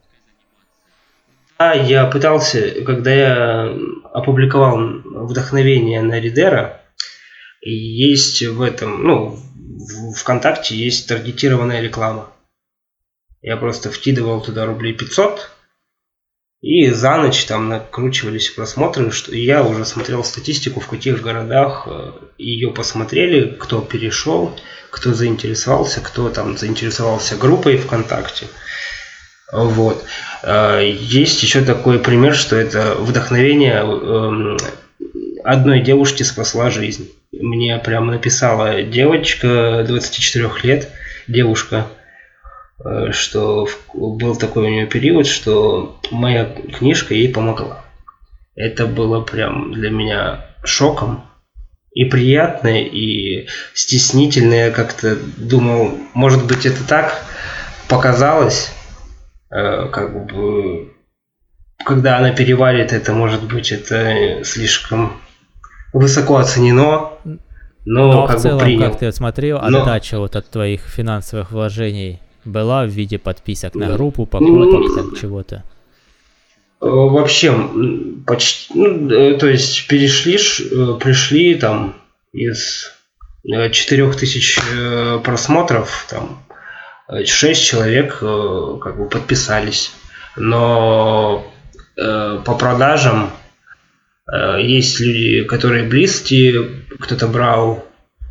S3: Да, я пытался, когда я опубликовал «Вдохновение» на Ридера, есть в этом, в ВКонтакте есть таргетированная реклама. Я просто вкидывал туда рублей 500, и за ночь там накручивались просмотры, и я уже смотрел статистику, в каких городах ее посмотрели, кто перешел, кто заинтересовался, кто там заинтересовался группой ВКонтакте. Вот. Есть еще такой пример, что это вдохновение одной девушке спасла жизнь. Мне прям написала девочка 24 лет, девушка, что был такой у нее период, что моя книжка ей помогла. Это было прям для меня шоком. И приятно, и стеснительно. Я как-то думал, может быть, это так показалось. Как бы, когда она переварит это, может быть, это слишком высоко оценено. Но как
S1: в целом,
S3: бы принял.
S1: как ты смотрел, отдача вот от твоих финансовых вложений была в виде подписок на группу, покупок, там чего-то?
S3: Вообще, почти, то есть пришли там из 4000 просмотров, там 6 человек как бы подписались. Но по продажам есть люди, которые близкие, кто-то брал,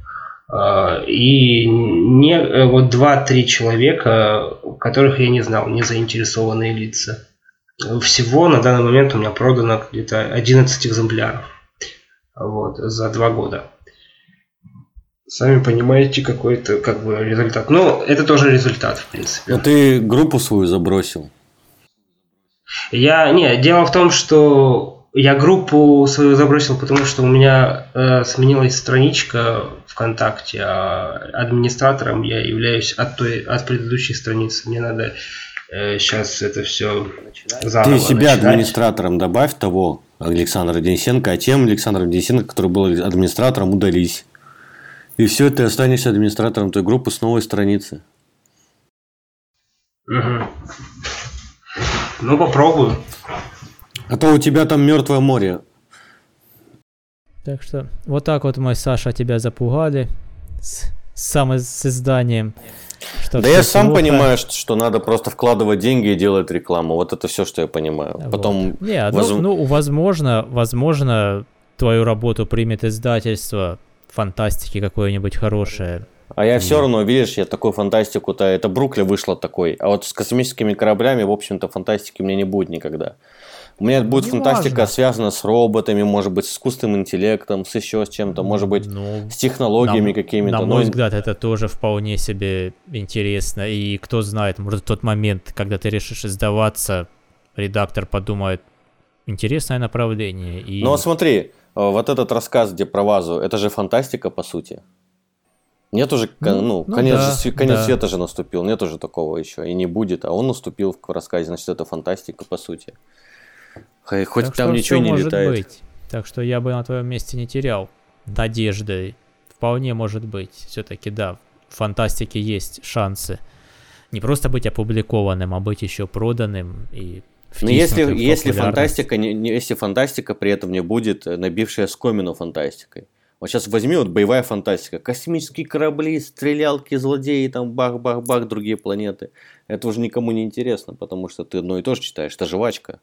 S3: и вот 2-3 человека, которых я не знал, не заинтересованные лица. Всего на данный момент у меня продано где-то 11 экземпляров, вот, за 2 года. Сами понимаете, какой это как бы результат. Ну, это тоже результат, в принципе.
S2: Но ты группу свою забросил?
S3: Дело в том, что я группу свою забросил, потому что у меня сменилась страничка ВКонтакте, а администратором я являюсь от предыдущей страницы. Мне надо сейчас это все заново
S2: Ты себя
S3: начинать.
S2: Администратором добавь того Александра Денисенко, а тем Александром Денисенко, который был администратором, удались. И все, ты останешься администратором той группы с новой страницы.
S3: Угу. Ну, попробую.
S2: А то у тебя там мертвое море.
S1: Так что вот так вот мы, Саша, тебя запугали с изданием.
S2: Да я сам понимаю, что надо просто вкладывать деньги и делать рекламу. Вот это все, что я понимаю.
S1: Вот.
S2: Потом...
S1: возможно, твою работу примет издательство фантастики какое-нибудь хорошее.
S2: А я все равно, видишь, я такую фантастику-то... Это Брукля вышла такой. А вот с космическими кораблями, в общем-то, фантастики у меня не будет никогда. У меня будет фантастика связана с роботами, может быть, с искусственным интеллектом, с еще с чем-то, может быть, с технологиями какими-то.
S1: На мой взгляд, это тоже вполне себе интересно. И кто знает, может, в тот момент, когда ты решишь издаваться, редактор подумает, интересное направление. И...
S2: Ну, смотри, вот этот рассказ, где про вазу, это же фантастика, по сути. Нет уже, конец света же наступил, нет уже такого еще, и не будет, а он наступил в рассказе, значит, это фантастика, по сути. Хоть так там ничего не летает. Быть.
S1: Так что я бы на твоем месте не терял надежды. Вполне может быть. Все-таки, да, в фантастике есть шансы не просто быть опубликованным, а быть еще проданным и
S2: но если фантастика при этом не будет набившая скомину фантастикой. Вот сейчас возьми вот боевая фантастика. Космические корабли, стрелялки, злодеи, там бах-бах-бах, другие планеты. Это уже никому не интересно, потому что ты одно и то же читаешь. Это жвачка.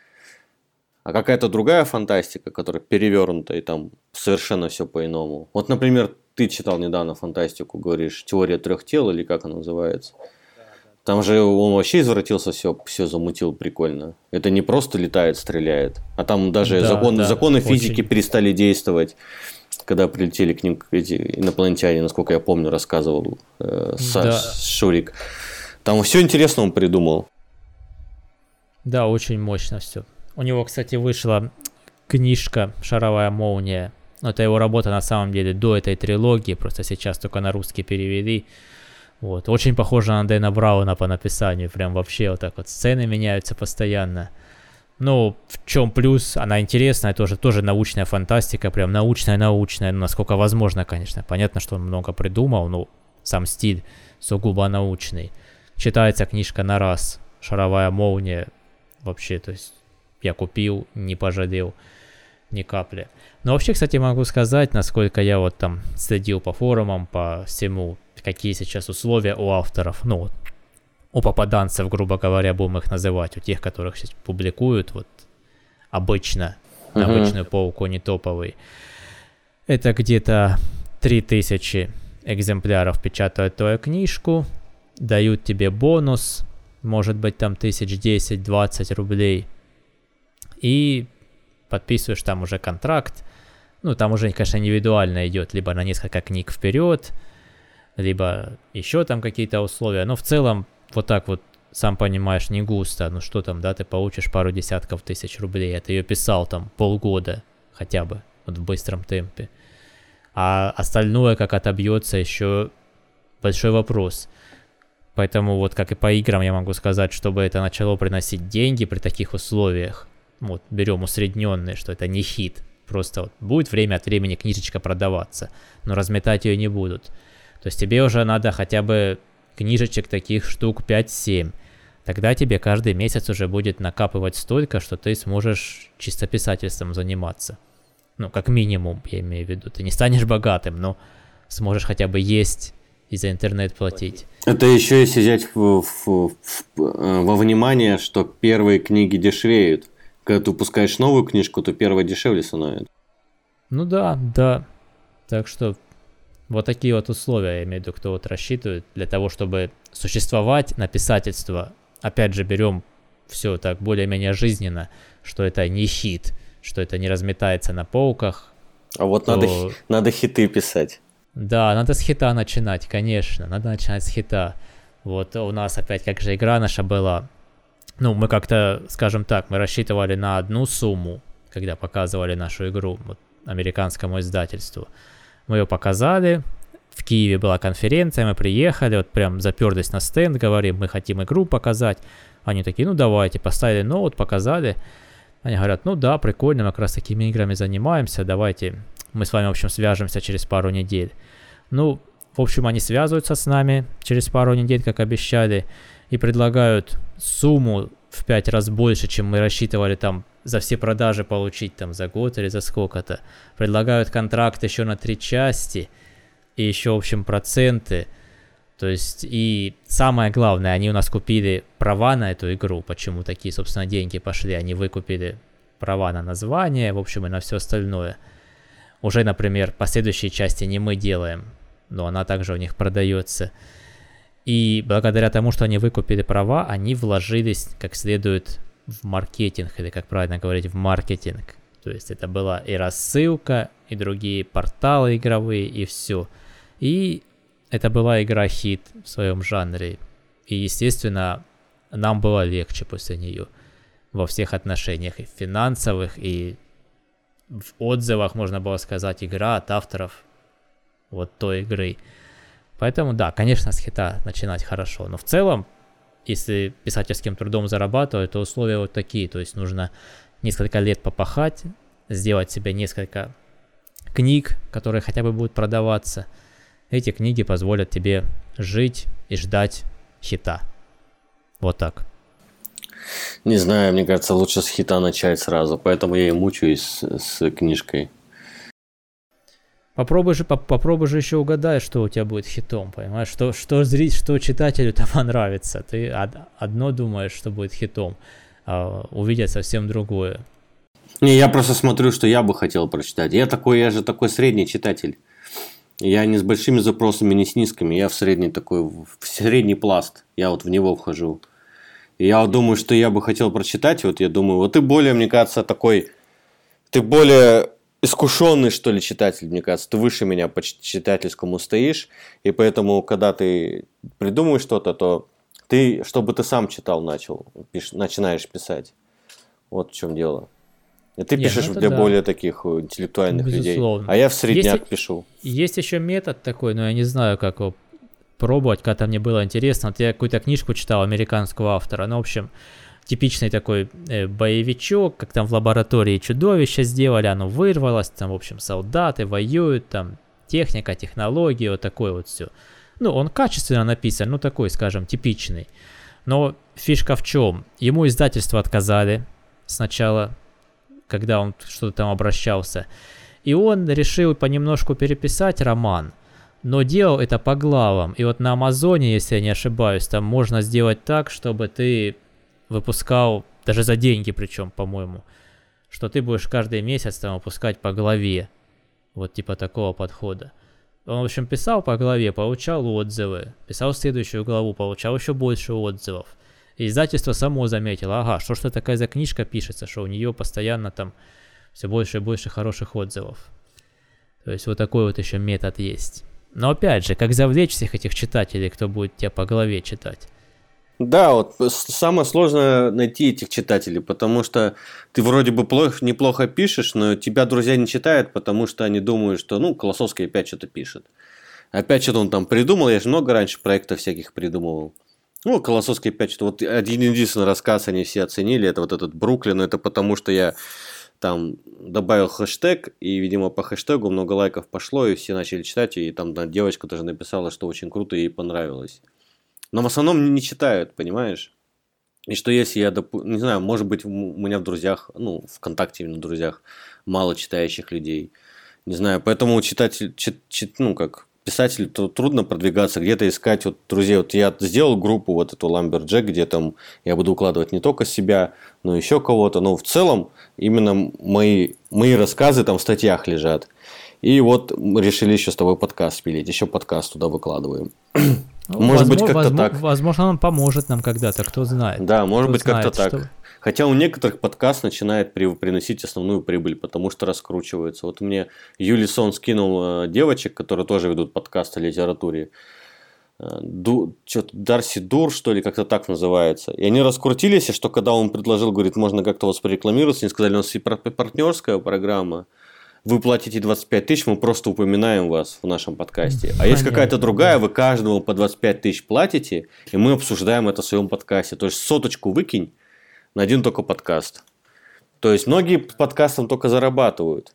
S2: А какая-то другая фантастика, которая перевернута и там совершенно все по-иному. Вот, например, ты читал недавно фантастику, говоришь, «Теория трех тел» или как она называется. Там же он вообще извратился, все замутил прикольно. Это не просто летает, стреляет, а там даже законы физики перестали действовать, когда прилетели к ним эти инопланетяне, насколько я помню, рассказывал Шурик. Там все интересно он придумал.
S1: Да, очень мощно все. У него, кстати, вышла книжка «Шаровая молния». Это его работа на самом деле до этой трилогии, просто сейчас только на русский перевели. Вот. Очень похожа на Дэна Брауна по написанию, прям вообще вот так вот сцены меняются постоянно. Ну, в чем плюс, она интересная, тоже научная фантастика, прям научная, ну, насколько возможно, конечно. Понятно, что он много придумал, но сам стиль сугубо научный. Читается книжка на раз, «Шаровая молния», вообще, то есть я купил, не пожалел ни капли. Но вообще, кстати, могу сказать, насколько я вот там следил по форумам, по всему, какие сейчас условия у авторов, ну, у попаданцев, грубо говоря, будем их называть, у тех, которых сейчас публикуют, вот, обычно, на обычную полку, не топовый. Это где-то 3000 экземпляров печатают твою книжку, дают тебе бонус может быть там 10-10-20 рублей. И подписываешь там уже контракт. Ну, там уже, конечно, индивидуально идет, либо на несколько книг вперед, либо еще там какие-то условия. Но в целом, вот так вот, сам понимаешь, не густо. Ну что там, да, ты получишь пару десятков тысяч рублей. А ты ее писал там полгода хотя бы, вот в быстром темпе. А остальное, как отобьется, еще большой вопрос. Поэтому вот как и по играм я могу сказать, чтобы это начало приносить деньги при таких условиях. Вот, берем усредненные, что это не хит. Просто вот будет время от времени книжечка продаваться, но разметать ее не будут. То есть тебе уже надо хотя бы книжечек таких штук 5-7. Тогда тебе каждый месяц уже будет накапывать столько, что ты сможешь чисто писательством заниматься. Ну, как минимум, я имею в виду. Ты не станешь богатым, но сможешь хотя бы есть и за интернет платить.
S2: Это еще если взять во внимание, что первые книги дешевеют. Когда ты выпускаешь новую книжку, то первая дешевле становится.
S1: Ну да, да. Так что вот такие вот условия, я имею в виду, кто вот рассчитывает для того, чтобы существовать на писательство. Опять же, берем все так более-менее жизненно, что это не хит, что это не разметается на полках.
S2: А вот то... надо хиты писать.
S1: Да, надо с хита начинать, конечно, надо начинать с хита. Вот у нас опять, как же игра наша была, ну, мы как-то, скажем так, мы рассчитывали на одну сумму, когда показывали нашу игру вот, американскому издательству. Мы ее показали, в Киеве была конференция, мы приехали, вот прям заперлись на стенд, говорим, мы хотим игру показать. Они такие, ну давайте, поставили ноут, показали. Они говорят, ну да, прикольно, мы как раз такими играми занимаемся, давайте мы с вами, в общем, свяжемся через пару недель. Ну, в общем, они связываются с нами через пару недель, как обещали, и предлагают сумму в 5 раз больше, чем мы рассчитывали там за все продажи получить там за год или за сколько-то. Предлагают контракт еще на 3 части и еще, в общем, проценты. То есть, и самое главное, они у нас купили права на эту игру. Почему такие, собственно, деньги пошли? Они выкупили права на название, в общем, и на все остальное. Уже, например, последующие части не мы делаем, но она также у них продается. И благодаря тому, что они выкупили права, они вложились как следует в маркетинг, или как правильно говорить, в маркетинг. То есть это была и рассылка, и другие порталы игровые, и все. И это была игра-хит в своем жанре. И, естественно, нам было легче после нее во всех отношениях, и финансовых, и в отзывах, можно было сказать, игра от авторов вот той игры. Поэтому, да, конечно, с хита начинать хорошо. Но в целом, если писательским трудом зарабатывать, то условия вот такие. То есть нужно несколько лет попахать, сделать себе несколько книг, которые хотя бы будут продаваться. Эти книги позволят тебе жить и ждать хита. Вот так.
S2: Не знаю, мне кажется, лучше с хита начать сразу. Поэтому я и мучаюсь с книжкой.
S1: Попробуй же еще угадай, что у тебя будет хитом, понимаешь? Что читателю-то понравится. Ты одно думаешь, что будет хитом, а увидят совсем другое.
S2: Не, я просто смотрю, что я бы хотел прочитать. Я же такой средний читатель. Я не с большими запросами, не с низкими. Я в средний пласт. Я вот в него вхожу. И я вот думаю, что я бы хотел прочитать. Вот я думаю, вот ты более, мне кажется, такой... Ты более... искушенный, что ли, читатель, мне кажется. Ты выше меня по читательскому стоишь, и поэтому, когда ты придумаешь что-то, то ты, чтобы ты сам читал, начинаешь писать. Вот в чем дело. И ты пишешь для более таких интеллектуальных людей. А я в средняк пишу.
S1: Есть еще метод такой, но я не знаю, как его пробовать, когда мне было интересно. Вот я какую-то книжку читал американского автора, ну, в общем... Типичный такой боевичок, как там в лаборатории чудовище сделали, оно вырвалось, там, в общем, солдаты воюют, там, техника, технологии, вот такое вот все. Ну, он качественно написан, ну, такой, скажем, типичный. Но фишка в чем? Ему издательство отказали сначала, когда он что-то там обращался. И он решил понемножку переписать роман, но делал это по главам. И вот на Амазоне, если я не ошибаюсь, там можно сделать так, чтобы ты... выпускал, даже за деньги причем, по-моему, что ты будешь каждый месяц там выпускать по главе. Вот типа такого подхода. Он, в общем, писал по главе, получал отзывы. Писал следующую главу, получал еще больше отзывов. И издательство само заметило, ага, что ж такая за книжка пишется, что у нее постоянно там все больше и больше хороших отзывов. То есть вот такой вот еще метод есть. Но опять же, как завлечь всех этих читателей, кто будет тебя по голове читать?
S2: Да, вот самое сложное найти этих читателей, потому что ты вроде бы неплохо пишешь, но тебя друзья не читают, потому что они думают, что, ну, Колосовский опять что-то пишет. Опять что-то он там придумал, я же много раньше проектов всяких придумывал. Ну, Колосовский опять что-то, вот один-единственный рассказ они все оценили, это вот этот Бруклин, это потому что я там добавил хэштег, и, видимо, по хэштегу много лайков пошло, и все начали читать, и там девочка тоже написала, что очень круто, и ей понравилось. Но в основном не читают, понимаешь? И что если я, не знаю, может быть, у меня в друзьях, ну, ВКонтакте именно в друзьях, мало читающих людей. Не знаю, поэтому писателю трудно продвигаться, где-то искать вот друзей. Вот я сделал группу, вот эту Lumberjack, где там я буду укладывать не только себя, но еще кого-то. Но в целом именно мои рассказы там в статьях лежат. И вот мы решили еще с тобой подкаст пилить, еще подкаст туда выкладываем. Может быть, как-то так.
S1: Возможно, он поможет нам когда-то, кто знает.
S2: Да, может быть, как-то так. Хотя у некоторых подкаст начинает приносить основную прибыль, потому что раскручивается. Вот мне Юлисон скинул девочек, которые тоже ведут подкаст о литературе. Дарси Дур, что ли, как-то так называется. И они раскрутились, и что когда он предложил, говорит, можно как-то вас порекламироваться, они сказали, у нас партнерская программа. Вы платите 25 тысяч, мы просто упоминаем вас в нашем подкасте. А есть какая-то другая, вы каждому по 25 тысяч платите, и мы обсуждаем это в своем подкасте. То есть 100 выкинь на один только подкаст. То есть многие подкастом только зарабатывают.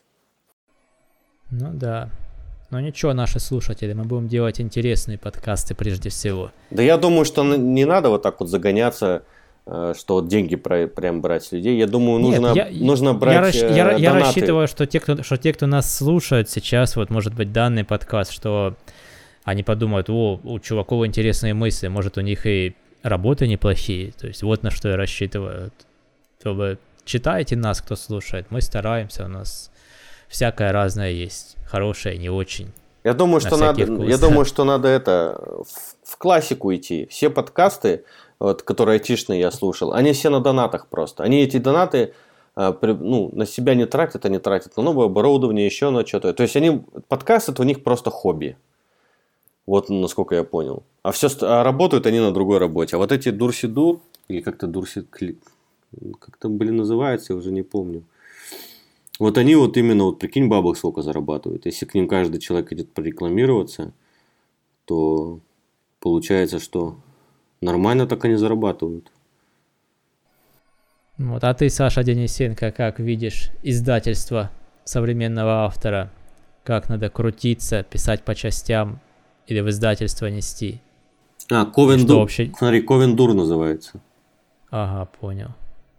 S1: Ну да. Но ничего, наши слушатели, мы будем делать интересные подкасты прежде всего.
S2: Да я думаю, что не надо вот так вот загоняться, что вот деньги прям брать с людей. Я думаю, нужно брать донаты.
S1: Я рассчитываю, что те, кто нас слушает сейчас, вот может быть данный подкаст, что они подумают, у чуваков интересные мысли, может у них и работы неплохие. То есть вот на что я рассчитываю. Чтобы читайте нас, кто слушает. Мы стараемся, у нас всякое разное есть. Хорошее, не очень.
S2: Я думаю, что надо в классику идти. Все подкасты, вот, которые айтишные я слушал, они все на донатах просто. Они эти донаты на себя не тратят, они тратят на новое оборудование, еще на что-то. То есть подкасты это у них просто хобби. Вот насколько я понял. А работают они на другой работе. А вот эти Дурси-Дур, или как-то как-то, называется, я уже не помню. Вот они вот именно, вот прикинь, бабок сколько зарабатывают. Если к ним каждый человек идет прорекламироваться, то получается, что нормально так они зарабатывают.
S1: Вот, а ты, Саша Денисенко, как видишь издательство современного автора? Как надо крутиться, писать по частям или в издательство нести?
S2: Ковен-Дур. Вообще... Смотри, Ковен-Дур называется.
S1: Ага, понял.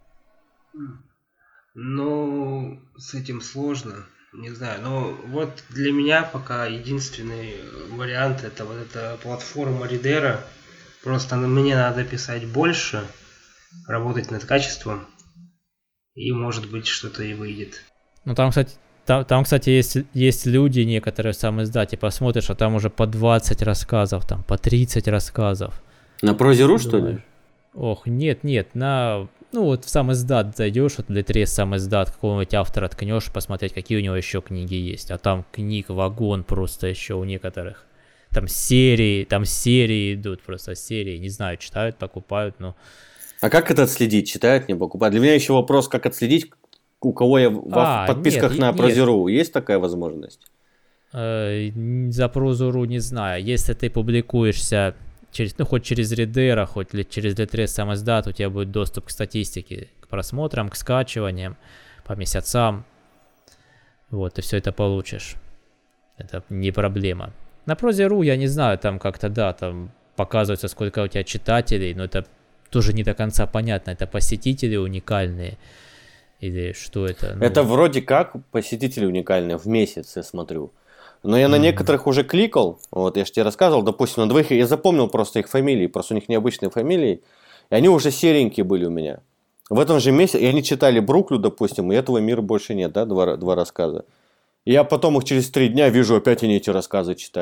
S3: Ну, с этим сложно, не знаю. Но вот для меня пока единственный вариант это вот эта платформа Reader. Просто мне надо писать больше, работать над качеством, и может быть что-то и выйдет.
S1: Ну там, кстати, есть люди некоторые сам издать, и посмотришь, а там уже по 20 рассказов, там по 30 рассказов.
S2: На Прозе.ру, что ли?
S1: Ох, нет, ну вот в сам издат зайдешь, вот в Литрес сам издат, какого-нибудь автора ткнешь, посмотреть, какие у него еще книги есть. А там книг вагон просто еще у некоторых. Там серии идут, просто серии. Не знаю, читают, покупают, но...
S2: А как это отследить? Читают, не покупают? Для меня еще вопрос, как отследить, у кого я в подписках на Прозе.ру. Есть такая возможность?
S1: За Прозу.ру не знаю. Если ты публикуешься хоть через Reader, хоть через Litres сам издат, у тебя будет доступ к статистике, к просмотрам, к скачиваниям, по месяцам. Вот, и все это получишь. Это не проблема. На Прозе.ру я не знаю, там как-то, да, там показывается, сколько у тебя читателей, но это тоже не до конца понятно. Это посетители уникальные или что это? Ну...
S2: Это вроде как посетители уникальные в месяц, я смотрю. Но я на некоторых уже кликал, вот я же тебе рассказывал, допустим, на двоих, я запомнил просто их фамилии, просто у них необычные фамилии, и они уже серенькие были у меня. В этом же месяце, и они читали Бруклю, допустим, и этого мира больше нет, да, два рассказа. И я потом их через 3 дня вижу, опять они эти рассказы читают.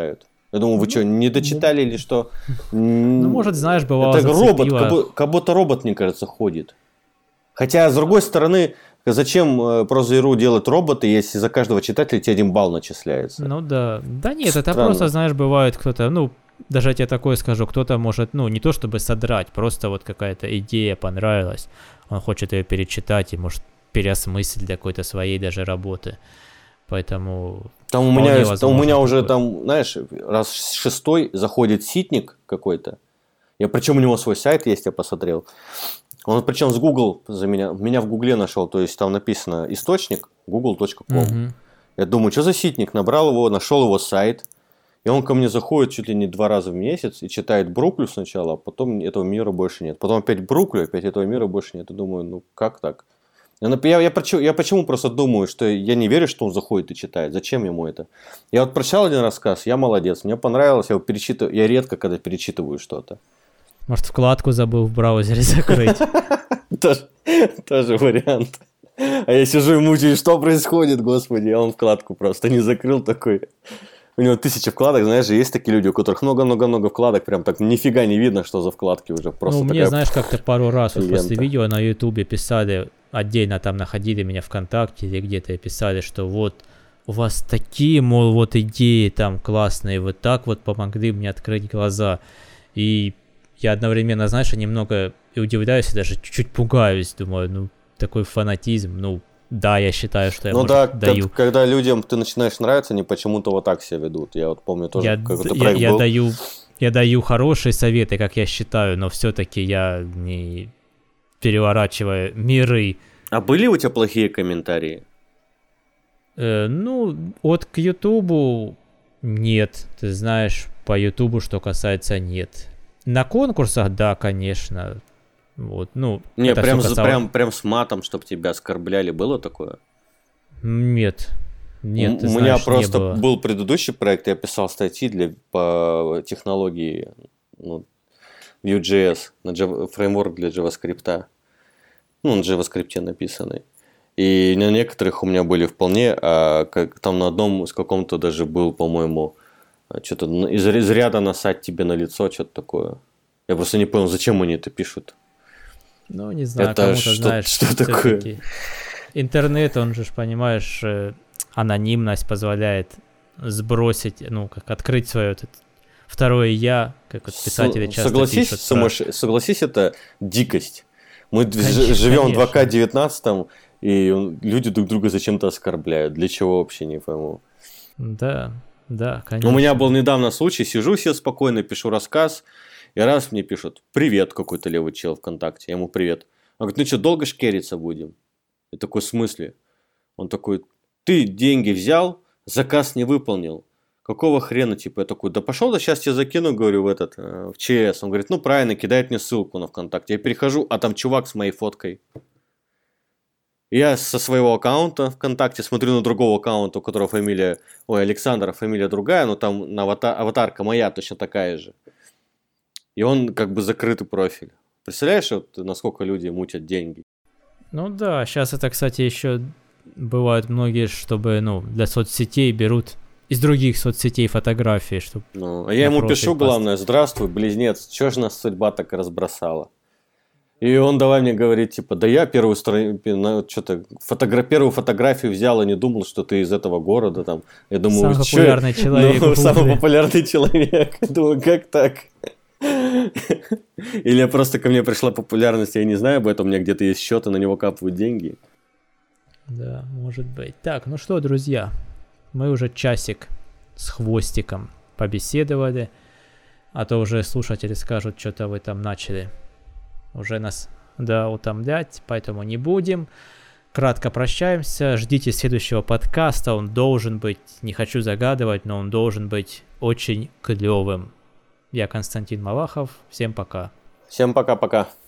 S2: Я думаю, вы что, не дочитали или что?
S1: Ну, может, знаешь, бывало
S2: это робот, как будто робот, мне кажется, ходит. Хотя, с другой стороны, зачем Проза.ру делать роботы, если за каждого читателя тебе 1 балл начисляется?
S1: Ну да. Да нет, это просто, знаешь, бывает кто-то, ну, даже я тебе такое скажу, кто-то может, ну, не то чтобы содрать, просто вот какая-то идея понравилась, он хочет ее перечитать и может переосмыслить для какой-то своей даже работы. Поэтому...
S2: Там у меня уже там, знаешь, раз 6-й заходит ситник какой-то. Причем у него свой сайт есть, я посмотрел. Он причем с Google меня в Гугле нашел, то есть там написано источник google.com. Угу. Я думаю, что за ситник? Набрал его, нашел его сайт. И он ко мне заходит чуть ли не 2 раза в месяц и читает Бруклю сначала, а потом этого мира больше нет. Потом опять Бруклю, опять этого мира больше нет. Я думаю, ну как так? Я почему просто думаю, что я не верю, что он заходит и читает. Зачем ему это? Я вот прочитал 1 рассказ, я молодец, мне понравилось, я его перечитываю. Я редко когда перечитываю что-то.
S1: Может, вкладку забыл в браузере закрыть?
S2: Тоже вариант. А я сижу и мучаюсь, что происходит, господи. А он вкладку просто не закрыл такой. У него 1000 вкладок, знаешь, есть такие люди, у которых много-много-много вкладок, прям так нифига не видно, что за вкладки уже. Просто
S1: ну, мне, знаешь, как-то пару раз вот после видео на Ютубе писали, отдельно там находили меня ВКонтакте или где-то и писали, что вот у вас такие, мол, вот идеи там классные, вот так вот помогли мне открыть глаза. И я одновременно, знаешь, немного и удивляюсь, и даже чуть-чуть пугаюсь, думаю, ну, такой фанатизм, ну, да, я считаю, что я,
S2: ну,
S1: может,
S2: да,
S1: даю.
S2: Когда людям ты начинаешь нравиться, они почему-то вот так себя ведут. Я вот помню тоже, какой-то проект был.
S1: Я даю хорошие советы, как я считаю, но все-таки я не переворачиваю миры.
S2: А были у тебя плохие комментарии?
S1: Ну, вот к Ютубу нет. Ты знаешь, по Ютубу, что касается, нет. На конкурсах, да, конечно. Вот, ну,
S2: не, прям с матом, чтобы тебя оскорбляли, было такое?
S1: Нет. Нет,
S2: у меня просто был предыдущий проект, я писал статьи по технологии Vue.js, фреймворк для JavaScript. Ну, на JavaScript написанный. И на некоторых у меня были вполне, а там на одном из каком-то даже был, по-моему, что-то из ряда насать тебе на лицо, что-то такое. Я просто не понял, зачем они это пишут.
S1: Ну, не знаю,
S2: это
S1: кому-то, знаешь,
S2: что такое?
S1: Интернет, он же, понимаешь, анонимность позволяет сбросить, ну, как открыть свое вот второе «я», как вот писатели часто пишут.
S2: Согласись, это дикость. Мы живем в 2К19, и люди друг друга зачем-то оскорбляют. Для чего вообще, не пойму.
S1: Да, конечно.
S2: У меня был недавно случай, сижу себе спокойно, пишу рассказ, и раз мне пишут: привет, какой-то левый чел ВКонтакте. Я ему: привет. Он говорит: ну что, долго шкериться будем? Я такой: в смысле? Он такой: ты деньги взял, заказ не выполнил. Какого хрена, типа? Я такой: да пошел, да сейчас тебе закину, говорю, в ЧС. Он говорит: ну правильно, кидает мне ссылку на ВКонтакте. Я перехожу, а там чувак с моей фоткой. Я со своего аккаунта ВКонтакте смотрю на другого аккаунта, у которого фамилия, Александр, фамилия другая, но там аватарка моя точно такая же. И он как бы закрытый профиль. Представляешь, вот, насколько люди мутят деньги?
S1: Ну да, сейчас это, кстати, еще бывают многие, чтобы, для соцсетей берут из других соцсетей фотографии, чтобы...
S2: А я ему пишу, главное: здравствуй, близнец, чё ж нас судьба так разбросала? И он давай мне говорит, типа: да я первую фотографию взял и не думал, что ты из этого города там. Я думаю,
S1: самый популярный человек.
S2: Самый популярный человек. Я думаю, как так? Или просто ко мне пришла популярность, я не знаю об этом, у меня где-то есть счет, и на него капают деньги.
S1: Да, может быть. Так, ну что, друзья, мы уже часик с хвостиком побеседовали, а то уже слушатели скажут, что-то вы там начали уже нас утомлять, поэтому не будем. Кратко прощаемся, ждите следующего подкаста, он должен быть, не хочу загадывать, но он должен быть очень клевым. Я Константин Малахов, всем пока.
S2: Всем пока-пока.